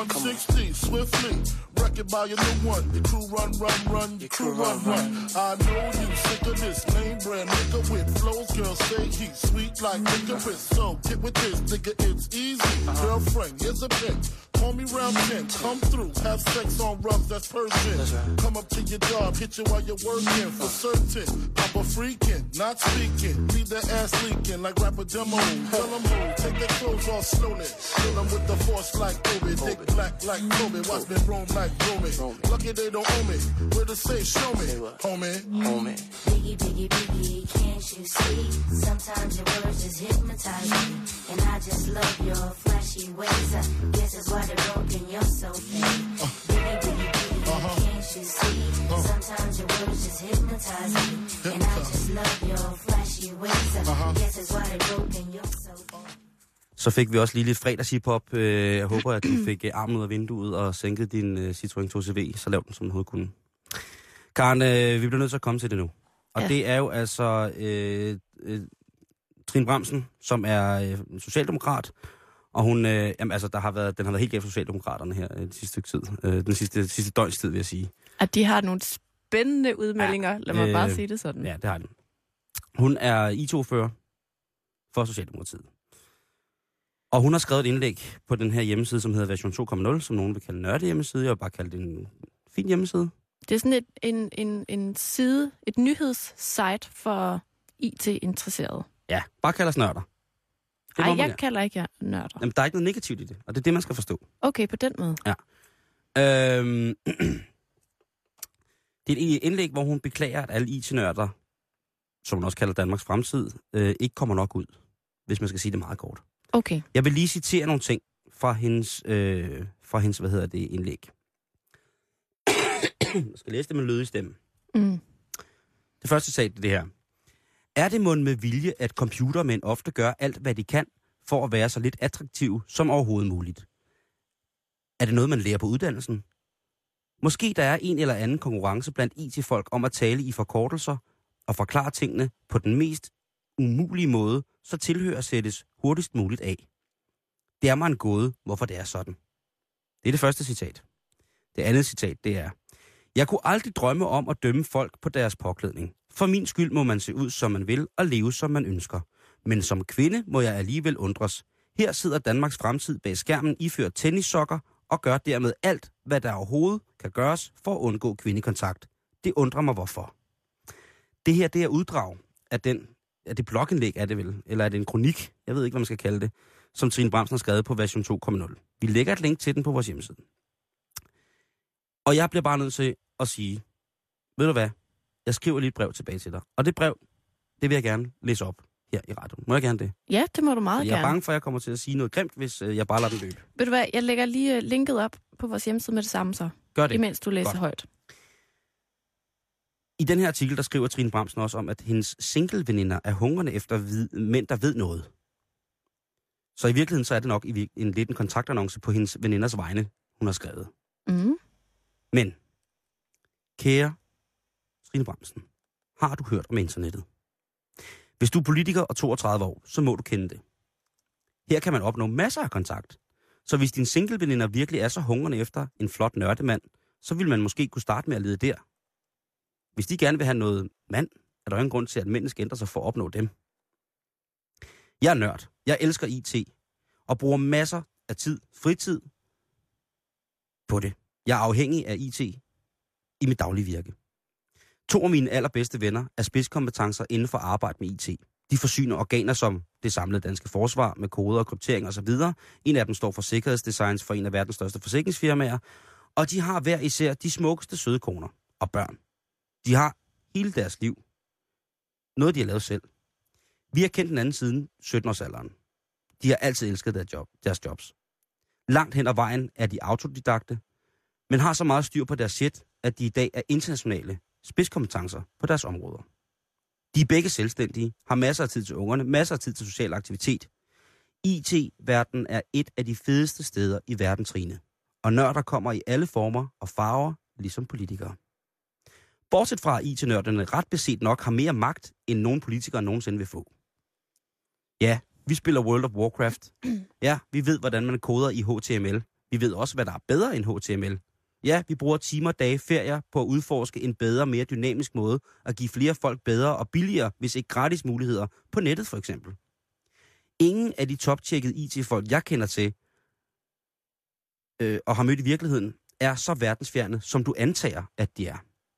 160, swiftly. Wreck it by your new one. Your crew run, your crew run. I know you sick of this name brand nigga with flows. Girls say he's sweet like licorice. So get with this, nigga, it's easy. Girlfriend, here's a pic. Call me round 10, come through, have sex on rubs, that's Persian. Come up to your job, hit you while you're working, for certain. Papa freaking, not speaking, leave that ass leaking like rapper demo. Tell them who, take their clothes off slowly. Fill them with the force like Obi, dick black like Kobe, watch me roam like Romy. Lucky they don't owe me, where to say show me, homie. Biggie, biggie, biggie, can't you see? Sometimes your words just hypnotize me. And I just love your flashy ways. I guess that's why they're broken, you're so fake. Biggie, biggie, biggie, can't you see? Sometimes your words just hypnotize me. And I just love your flashy ways. I guess that's why they're broken, you're so fake. Så fik vi også lige lidt fredagshiphop. Jeg håber, at du fik armen ud af vinduet og sænket din Citroën 2CV, så lav den, som den overhovedet kunne. Karen, vi bliver nødt til at komme til det nu. Og det er jo altså Trine Bramsen, som er socialdemokrat. Og hun, den har været helt galt for Socialdemokraterne her det sidste stykke tid. Den sidste døgns tid, vil jeg sige. At de har nogle spændende udmeldinger, lad mig bare sige det sådan. Ja, det har den. Hun er IT-ordfører for Socialdemokratiet. Og hun har skrevet et indlæg på den her hjemmeside, som hedder version 2.0, som nogen vil kalde nørde hjemmeside. Jeg vil bare kalde det en fin hjemmeside. Det er sådan en side, et nyhedssite for IT-interesserede. Ja, bare kalder os nørder. Nej, jeg kalder ikke jer nørder. Jamen, der er ikke noget negativt i det, og det er det, man skal forstå. Okay, på den måde. Ja. Det er et indlæg, hvor hun beklager, at alle IT-nørder, som hun også kalder Danmarks fremtid, ikke kommer nok ud, hvis man skal sige det meget kort. Okay. Jeg vil lige citere nogle ting fra hendes indlæg. Jeg skal læse det med lødig stemme. Det første citat er det her. Er det mon med vilje, at computermænd ofte gør alt, hvad de kan, for at være så lidt attraktive som overhovedet muligt? Er det noget, man lærer på uddannelsen? Måske der er en eller anden konkurrence blandt IT-folk om at tale i forkortelser og forklare tingene på den mest umulige måde, så tilhører sættes hurtigst muligt af. Det er mig en gåde, hvorfor det er sådan. Det er det første citat. Det andet citat, det er: Jeg kunne aldrig drømme om at dømme folk på deres påklædning. For min skyld må man se ud, som man vil, og leve, som man ønsker. Men som kvinde må jeg alligevel undres. Her sidder Danmarks fremtid bag skærmen iført tennissokker og gør dermed alt, hvad der overhovedet kan gøres for at undgå kvindekontakt. Det undrer mig, hvorfor. Det her, det er uddrag af det blogindlæg, er det vel? Eller er det en kronik? Jeg ved ikke, hvad man skal kalde det. Som Trine Bramsen har skrevet på version 2.0. Vi lægger et link til den på vores hjemmeside. Og jeg bliver bare nødt til at sige, ved du hvad? Jeg skriver lige et brev tilbage til dig. Og det brev, det vil jeg gerne læse op her i radioen. Må jeg gerne det? Ja, det må du meget gerne. Jeg er bange for, at jeg kommer til at sige noget grimt, hvis jeg bare lader den løbe. Ved du hvad, jeg lægger lige linket op på vores hjemmeside med det samme så. Gør det. Imens du læser Godt. højt. I den her artikel, der skriver Trine Bramsen også om, at hendes single-veninder er hungrende efter mænd, der ved noget. Så i virkeligheden, så er det nok lidt en kontaktannonce på hendes veninders vegne, hun har skrevet. Mm. Men, kære Trine Bramsen, har du hørt om internettet? Hvis du er politiker og 32 år, så må du kende det. Her kan man opnå masser af kontakt. Så hvis din single-veninder virkelig er så hungrende efter en flot nørdemand, så vil man måske kunne starte med at lede der. Hvis de gerne vil have noget mand, er der ingen grund til, at mændene skal ændre sig for at opnå dem. Jeg er nørd. Jeg elsker IT. Og bruger masser af fritid på det. Jeg er afhængig af IT i mit daglige virke. 2 af mine allerbedste venner er spidskompetencer inden for arbejde med IT. De forsyner organer som det samlede danske forsvar med koder og kryptering osv. En af dem står for sikkerhedsdesigns for en af verdens største forsikringsfirmaer. Og de har hver især de smukkeste søde koner og børn. De har hele deres liv. Noget, de har lavet selv. Vi har kendt den anden siden 17-årsalderen. De har altid elsket deres jobs. Langt hen ad vejen er de autodidakte, men har så meget styr på deres shit, at de i dag er internationale spidskompetencer på deres områder. De er begge selvstændige, har masser af tid til ungerne, masser af tid til social aktivitet. IT-verden er et af de fedeste steder i verden, Trine. Og nørder kommer i alle former og farver, ligesom politikere. Bortset fra, at IT-nørderne ret beset nok har mere magt, end nogen politikere nogensinde vil få. Ja, vi spiller World of Warcraft. Ja, vi ved, hvordan man koder i HTML. Vi ved også, hvad der er bedre end HTML. Ja, vi bruger timer, dage, ferier på at udforske en bedre, mere dynamisk måde at give flere folk bedre og billigere, hvis ikke gratis muligheder, på nettet for eksempel. Ingen af de top-tjekkede IT-folk, jeg kender til og har mødt i virkeligheden, er så verdensfjerne, som du antager, at de er.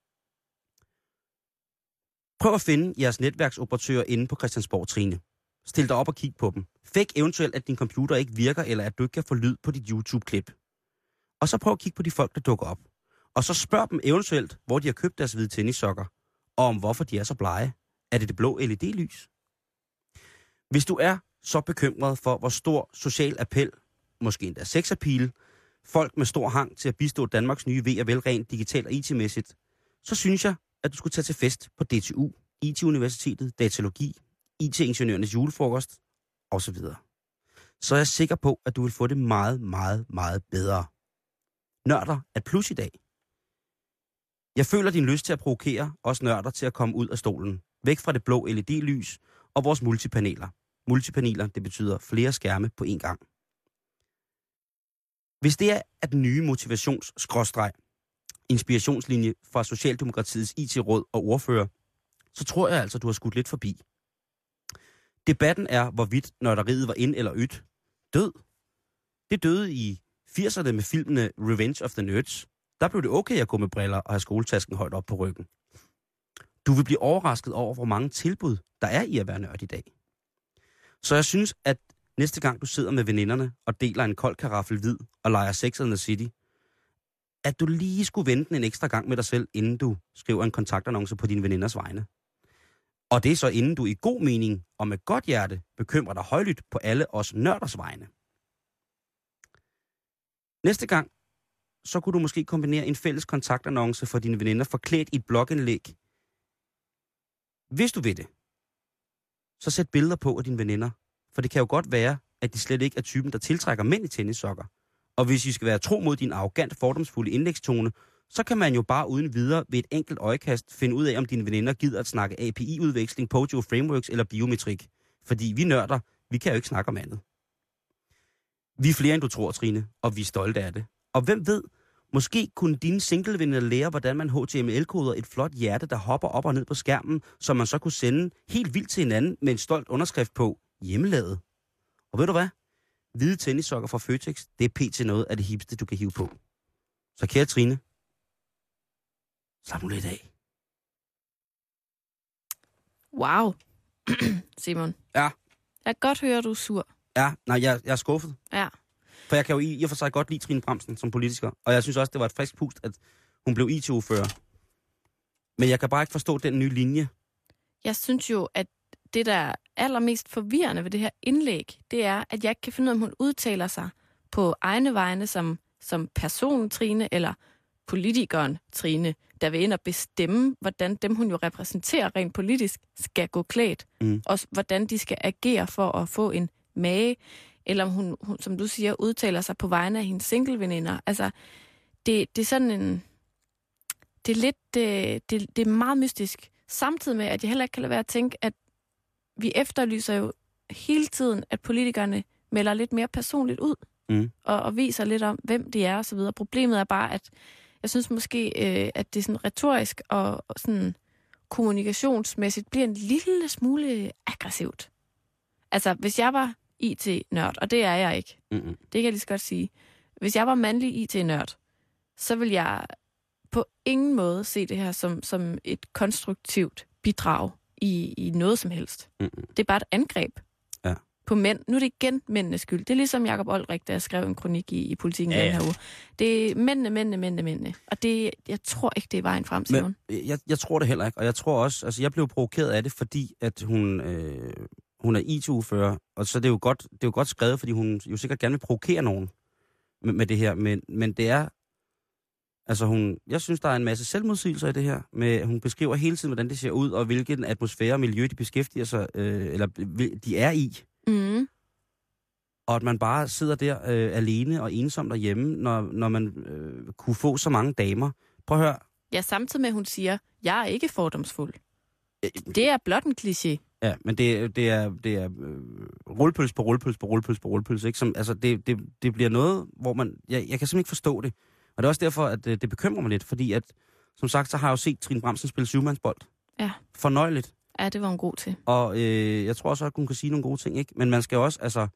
Prøv at finde jeres netværksoperatører inde på Christiansborg, Trine. Stil dig op og kig på dem. Fæk eventuelt, at din computer ikke virker, eller at du ikke kan få lyd på dit YouTube-klip. Og så prøv at kigge på de folk, der dukker op. Og så spørg dem eventuelt, hvor de har købt deres hvide tennissokker, og om hvorfor de er så blege. Er det blå LED-lys? Hvis du er så bekymret for, hvor stor social appel, måske endda sexappeal, folk med stor hang til at bistå Danmarks nye ved- og vel rent digitalt og IT-mæssigt, så synes jeg, at du skulle tage til fest på DTU, IT-universitetet, datalogi, IT-ingeniørernes julefrokost osv. Så er jeg sikker på, at du vil få det meget, meget, meget bedre. Nørder er et plus i dag. Jeg føler din lyst til at provokere os nørder til at komme ud af stolen. Væk fra det blå LED-lys og vores multipaneler. Multipaneler, det betyder flere skærme på én gang. Hvis det er den nye inspirationslinje fra Socialdemokratiets IT-råd og ordfører, så tror jeg altså, du har skudt lidt forbi. Debatten er, hvorvidt nørderiet var ind eller ydt. Død. Det døde i 80'erne med filmene Revenge of the Nerds. Der blev det okay at gå med briller og have skoletasken højt op på ryggen. Du vil blive overrasket over, hvor mange tilbud der er i at være nørd i dag. Så jeg synes, at næste gang du sidder med veninderne og deler en kold karaffel hvid og leger Sex and the City, at du lige skulle vente den en ekstra gang med dig selv, inden du skriver en kontaktannonce på dine veninders vegne. Og det er så inden du i god mening og med godt hjerte bekymrer dig højlydt på alle os nørders vegne. Næste gang, så kunne du måske kombinere en fælles kontaktannonce for dine veninder forklædt i et blogindlæg. Hvis du vil det, så sæt billeder på af dine veninder. For det kan jo godt være, at de slet ikke er typen, der tiltrækker mænd i tennissokker. Og hvis I skal være tro mod din arrogant, fordomsfulde indlægstone, så kan man jo bare uden videre ved et enkelt øjekast finde ud af, om dine veninder gider at snakke API-udveksling, Pojo Frameworks eller biometrik. Fordi vi nørder, vi kan jo ikke snakke om andet. Vi er flere, end du tror, Trine, og vi er stolte af det. Og hvem ved, måske kunne dine singlevenner lære, hvordan man HTML-koder et flot hjerte, der hopper op og ned på skærmen, som man så kunne sende helt vildt til hinanden med en stolt underskrift på hjemmelavet. Og ved du hvad? Hvide tennissokker fra Føtex, det er pt. Noget af det hipste, du kan hive på. Så kære Trine, slap nu lidt af. Wow. Simon. Ja. Jeg kan godt høre, at du er sur. Ja, nej, jeg er skuffet. Ja. For jeg kan jo i og for sig godt lide Trine Bramsen som politiker. Og jeg synes også, det var et frisk pust, at hun blev IT-ordfører. Men jeg kan bare ikke forstå den nye linje. Jeg synes jo, at det, der er allermest forvirrende ved det her indlæg, det er, at jeg ikke kan finde ud af, om hun udtaler sig på egne vegne som person Trine, eller politikeren Trine, der vil ind og bestemme, hvordan dem, hun jo repræsenterer rent politisk, skal gå klædt. Og hvordan de skal agere for at få en mage. Eller om hun, som du siger, udtaler sig på vegne af hendes singleveninder. Altså, det er sådan en... Det er lidt... Det er meget mystisk. Samtidig med, at jeg heller ikke kan lade være at tænke, at vi efterlyser jo hele tiden, at politikerne melder lidt mere personligt ud. Og viser lidt om, hvem de er og så videre. Problemet er bare, at jeg synes måske, at det er sådan retorisk og sådan kommunikationsmæssigt bliver en lille smule aggressivt. Altså, hvis jeg var IT-nørd, og det er jeg ikke. Det kan jeg lige så godt sige. Hvis jeg var mandlig IT-nørd, så vil jeg på ingen måde se det her som et konstruktivt bidrag i noget som helst. Det er bare et angreb på mænd. Nu er det igen mændenes skyld. Det er ligesom Jacob Olrik, der skrev en kronik i Politiken den her uge. Det er mændene. Og jeg tror ikke, det er vejen frem, Simon. Jeg tror det heller ikke. Og jeg tror også, altså jeg blev provokeret af det, fordi at hun er IT-ordfører, og så det er jo godt skrevet, fordi hun jo sikkert gerne vil provokere nogen med det her, men det er, altså jeg synes, der er en masse selvmodsigelser i det her, hun beskriver hele tiden, hvordan det ser ud, og hvilken atmosfære og miljø, de beskæftiger sig, eller de er i. Og at man bare sidder der alene og ensom derhjemme, når man kunne få så mange damer. Prøv at høre. Ja, samtidig med, at hun siger, jeg er ikke fordomsfuld. Det er blot en kliché. Ja, men det er rullepøls på rullepøls, ikke? Som, altså, det bliver noget, hvor man... Jeg kan simpelthen ikke forstå det. Og det er også derfor, at det bekymrer mig lidt, fordi at, som sagt, så har jeg jo set Trine Bramsen spille syvmandsbold. Ja. Fornøjeligt. Ja, det var hun god til. Og jeg tror også, at hun kan sige nogle gode ting, ikke? Men man skal også, altså...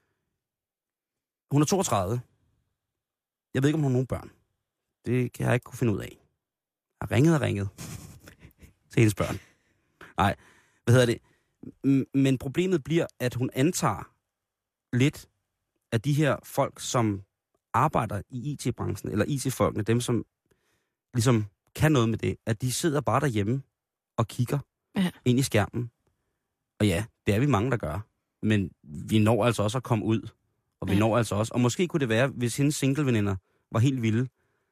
Hun er 32. Jeg ved ikke, om hun har nogen børn. Det kan jeg ikke kunne finde ud af. Jeg har ringet til hendes børn. Nej, hvad hedder det? Men problemet bliver, at hun antager lidt af de her folk, som arbejder i IT-branchen, eller IT-folkene, dem som ligesom kan noget med det, at de sidder bare derhjemme og kigger ind i skærmen. Og ja, det er vi mange, der gør. Men vi når altså også at komme ud. Og vi når altså også. Og måske kunne det være, hvis hendes singleveninder var helt vilde,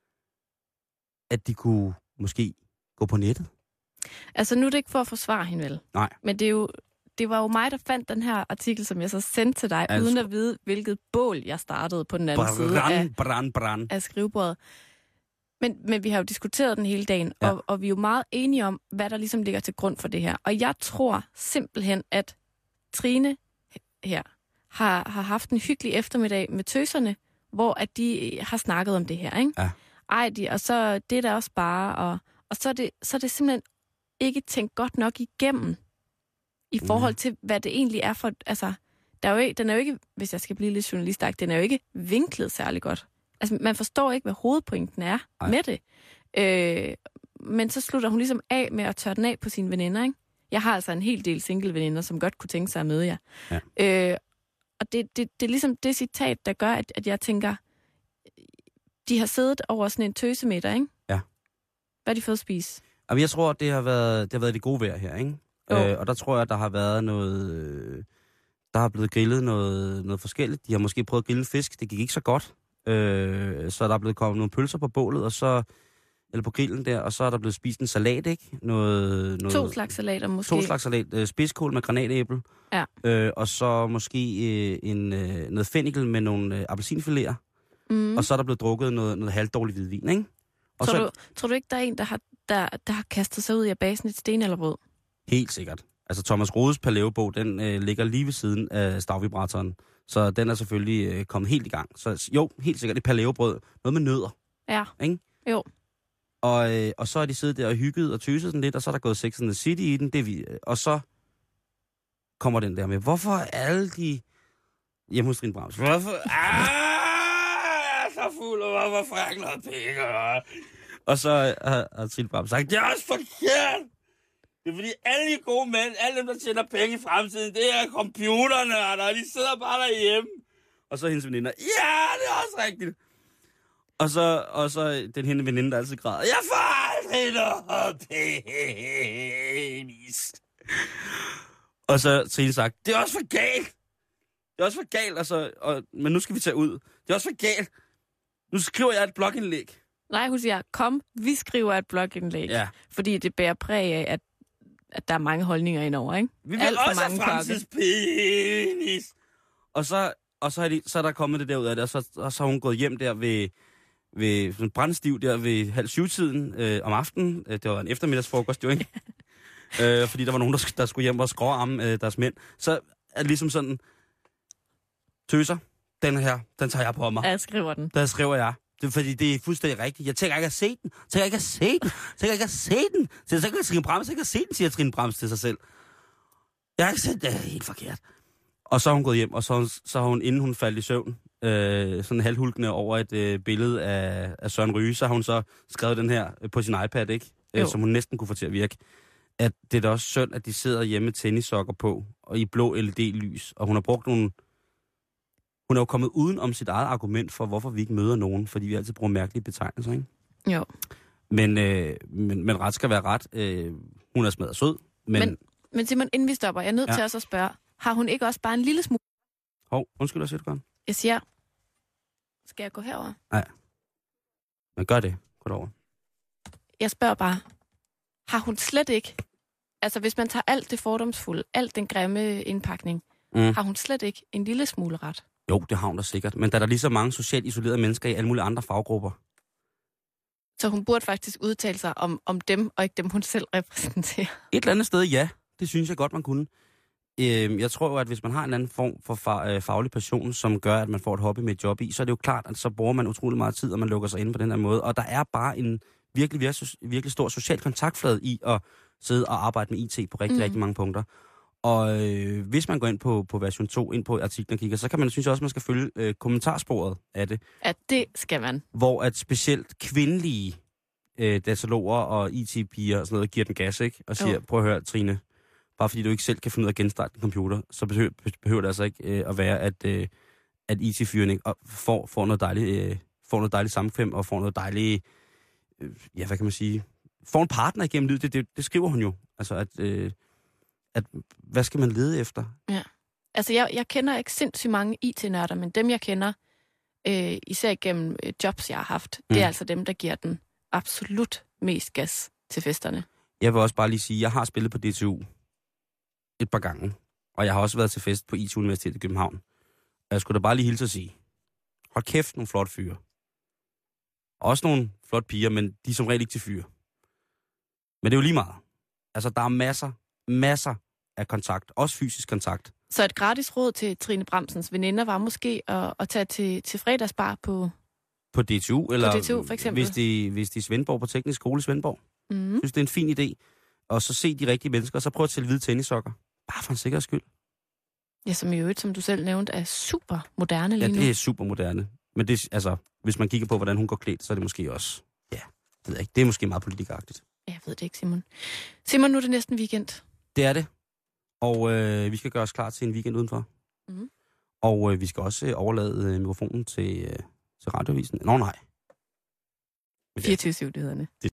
at de kunne måske gå på nettet. Altså nu er det ikke for at forsvare hende, vel? Nej. Men det var jo mig, der fandt den her artikel, som jeg så sendte til dig, uden at vide, hvilket bål jeg startede på den anden side af skrivebordet. Men vi har jo diskuteret den hele dagen, og vi er jo meget enige om, hvad der ligesom ligger til grund for det her. Og jeg tror simpelthen, at Trine her har haft en hyggelig eftermiddag med tøserne, hvor at de har snakket om det her, ikke? Ja. Og så det er der også bare, og så er det simpelthen ikke tænkt godt nok igennem, i forhold til, hvad det egentlig er for... Altså, den er jo ikke, hvis jeg skal blive lidt journalistagtig, den er jo ikke vinklet særlig godt. Altså, man forstår ikke, hvad hovedpointen er med det. Men så slutter hun ligesom af med at tørre den af på sine veninder, ikke? Jeg har altså en hel del single-veninder, som godt kunne tænke sig at møde jer. Ja. Og det er ligesom det citat, der gør, at jeg tænker, de har siddet over sådan en tøsemiddag, ikke? Ja. Hvad har de fået at spise? Jamen, jeg tror, det har været det gode vejr her, ikke? Og der tror jeg, der har været noget... Der har blevet grillet noget forskelligt. De har måske prøvet at grille fisk. Det gik ikke så godt. Så der er blevet kommet nogle pølser på bålet, og så... Eller på grillen der, og så er der blevet spist en salat, ikke? To slags salater måske. 2 slags salat. Spidskål med granatæble. Ja. Og så måske noget fennikel med nogle appelsinfiléer. og så er der blevet drukket noget halvdårlig hvidvin, ikke? Og tror du ikke, der er en, der har kastet sig ud i at bage sådan et stenalderbrød? Helt sikkert. Altså Thomas Rodes Paleo-bog, den ligger lige ved siden af stavvibratoren, så den er selvfølgelig kommet helt i gang. Så jo, helt sikkert et Paleo-brød. Noget med nødder. Ja, ikke? Jo. Og så er de siddet der og hygget og tøset sådan lidt, og så er der gået Sex and the City i den. Og så kommer den der med, hvorfor alle de... Hjemme hos Trine Brams. Hvorfor... jeg er så fuld, og hvorfor får jeg noget penge? Og så har Trine Brams sagt, det er også forkert! Det er fordi alle de gode mænd, alle dem, der tjener penge i fremtiden, det er computerne, og de sidder bare derhjemme. Og så hendes veninder, ja, det er også rigtigt. Og så den hende veninde, der altid græder, jeg får aldrig noget penis. Og så Trine sagt, det er også for galt. Det er også for galt, men nu skal vi tage ud. Det er også for galt. Nu skriver jeg et blogindlæg. Nej, hun siger, kom, vi skriver et blogindlæg. Ja. Fordi det bærer præg af, at der er mange holdninger indover, ikke? Vi vil alt også have fremtidspenis. Og så er der kommet det der ud af det, og så har hun gået hjem der ved brandstiv der ved 6:30 om aftenen. Det var en eftermiddagsfrokost, jo, ikke? Fordi der var nogen, der skulle hjem og skråarme deres mænd. Så er det ligesom sådan, tøser, den her, den tager jeg på mig. Jeg skriver den. Der skriver jeg. Det er, fordi det er fuldstændig rigtigt. Jeg tænker ikke at se den. Så Trine Brams ikke at se den, siger Trine Brams til sig selv. Jeg har ikke set det helt forkert. Og så har hun gået hjem, og så har hun, inden hun faldt i søvn, sådan halvhulkende over et billede af Søren Ryge, så har hun så skrevet den her på sin iPad, ikke? Som hun næsten kunne få til at virke. At det er da også synd, at de sidder hjemme med tennissokker på, og i blå LED-lys, og hun har brugt nogle... Hun er jo kommet uden om sit eget argument for, hvorfor vi ikke møder nogen, fordi vi altid bruger mærkelige betegnelser, ikke? Jo. Men ret skal være ret. Hun er smadret sød, men Simon, inden vi stopper, jeg er nødt til også at spørge, har hun ikke også bare en lille smule... Undskyld, hvad siger du, Karen? Jeg siger, skal jeg gå herover? Nej. Men gør det. Gå derover. Jeg spørger bare, har hun slet ikke... Altså, hvis man tager alt det fordomsfulde, alt den grimme indpakning, har hun slet ikke en lille smule ret? Jo, det har hun da sikkert. Men der er lige så mange socialt isolerede mennesker i alle mulige andre faggrupper. Så hun burde faktisk udtale sig om dem, og ikke dem, hun selv repræsenterer? Et eller andet sted, ja. Det synes jeg godt, man kunne. Jeg tror jo, at hvis man har en anden form for faglig passion, som gør, at man får et hobby med et job i, så er det jo klart, at så bruger man utrolig meget tid, og man lukker sig inde på den her måde. Og der er bare en virkelig stor social kontaktflade i at sidde og arbejde med IT på rigtig mange punkter. Og hvis man går ind på version 2, ind på artiklen og kigger, så kan man synes også, at man skal følge kommentarsporet af det. Ja, det skal man. Hvor at specielt kvindelige dataloger og IT-piger og sådan noget giver den gas, ikke? Og siger, prøv at høre, Trine, bare fordi du ikke selv kan finde ud af at genstarte din computer, så behøver det altså ikke at være, at IT-fyren ikke får noget dejligt samkvem og får noget dejligt, hvad kan man sige, får en partner igennem livet. Det skriver hun jo. Altså, at hvad skal man lede efter? Ja. Altså, jeg kender ikke sindssygt mange IT-nørder, men dem, jeg kender, især igennem jobs, jeg har haft, det er altså dem, der giver den absolut mest gas til festerne. Jeg vil også bare lige sige, at jeg har spillet på DTU et par gange, og jeg har også været til fest på IT-universitetet i København. Og jeg skulle da bare lige hilse at sige, hold kæft, nogle flotte fyre. Også nogle flotte piger, men de er som regel ikke til fyre. Men det er jo lige meget. Altså, der er masser af kontakt, også fysisk kontakt. Så et gratis råd til Trine Bramsens veninder var måske at tage til fredagsbar på DTU, eller på DTU, for eksempel. Hvis de er Svendborg på Teknisk Skole i Svendborg. Synes, det er en fin idé. Og så se de rigtige mennesker, og så prøv at tælle hvide tennissokker. Bare for en sikkerheds skyld. Ja, som i øvrigt, som du selv nævnte, er super moderne lige nu. Ja, det er super moderne. Men det, altså, hvis man kigger på, hvordan hun går klædt, så er det måske også... Ja, det ved jeg ikke. Det er måske meget politikeragtigt. Jeg ved det ikke, Simon. Simon, nu er det næsten weekend. Det er det. Og vi skal gøre os klar til en weekend udenfor. Og vi skal også overlade mikrofonen til Radioavisen. Nå, nej. 24/7-nyhederne.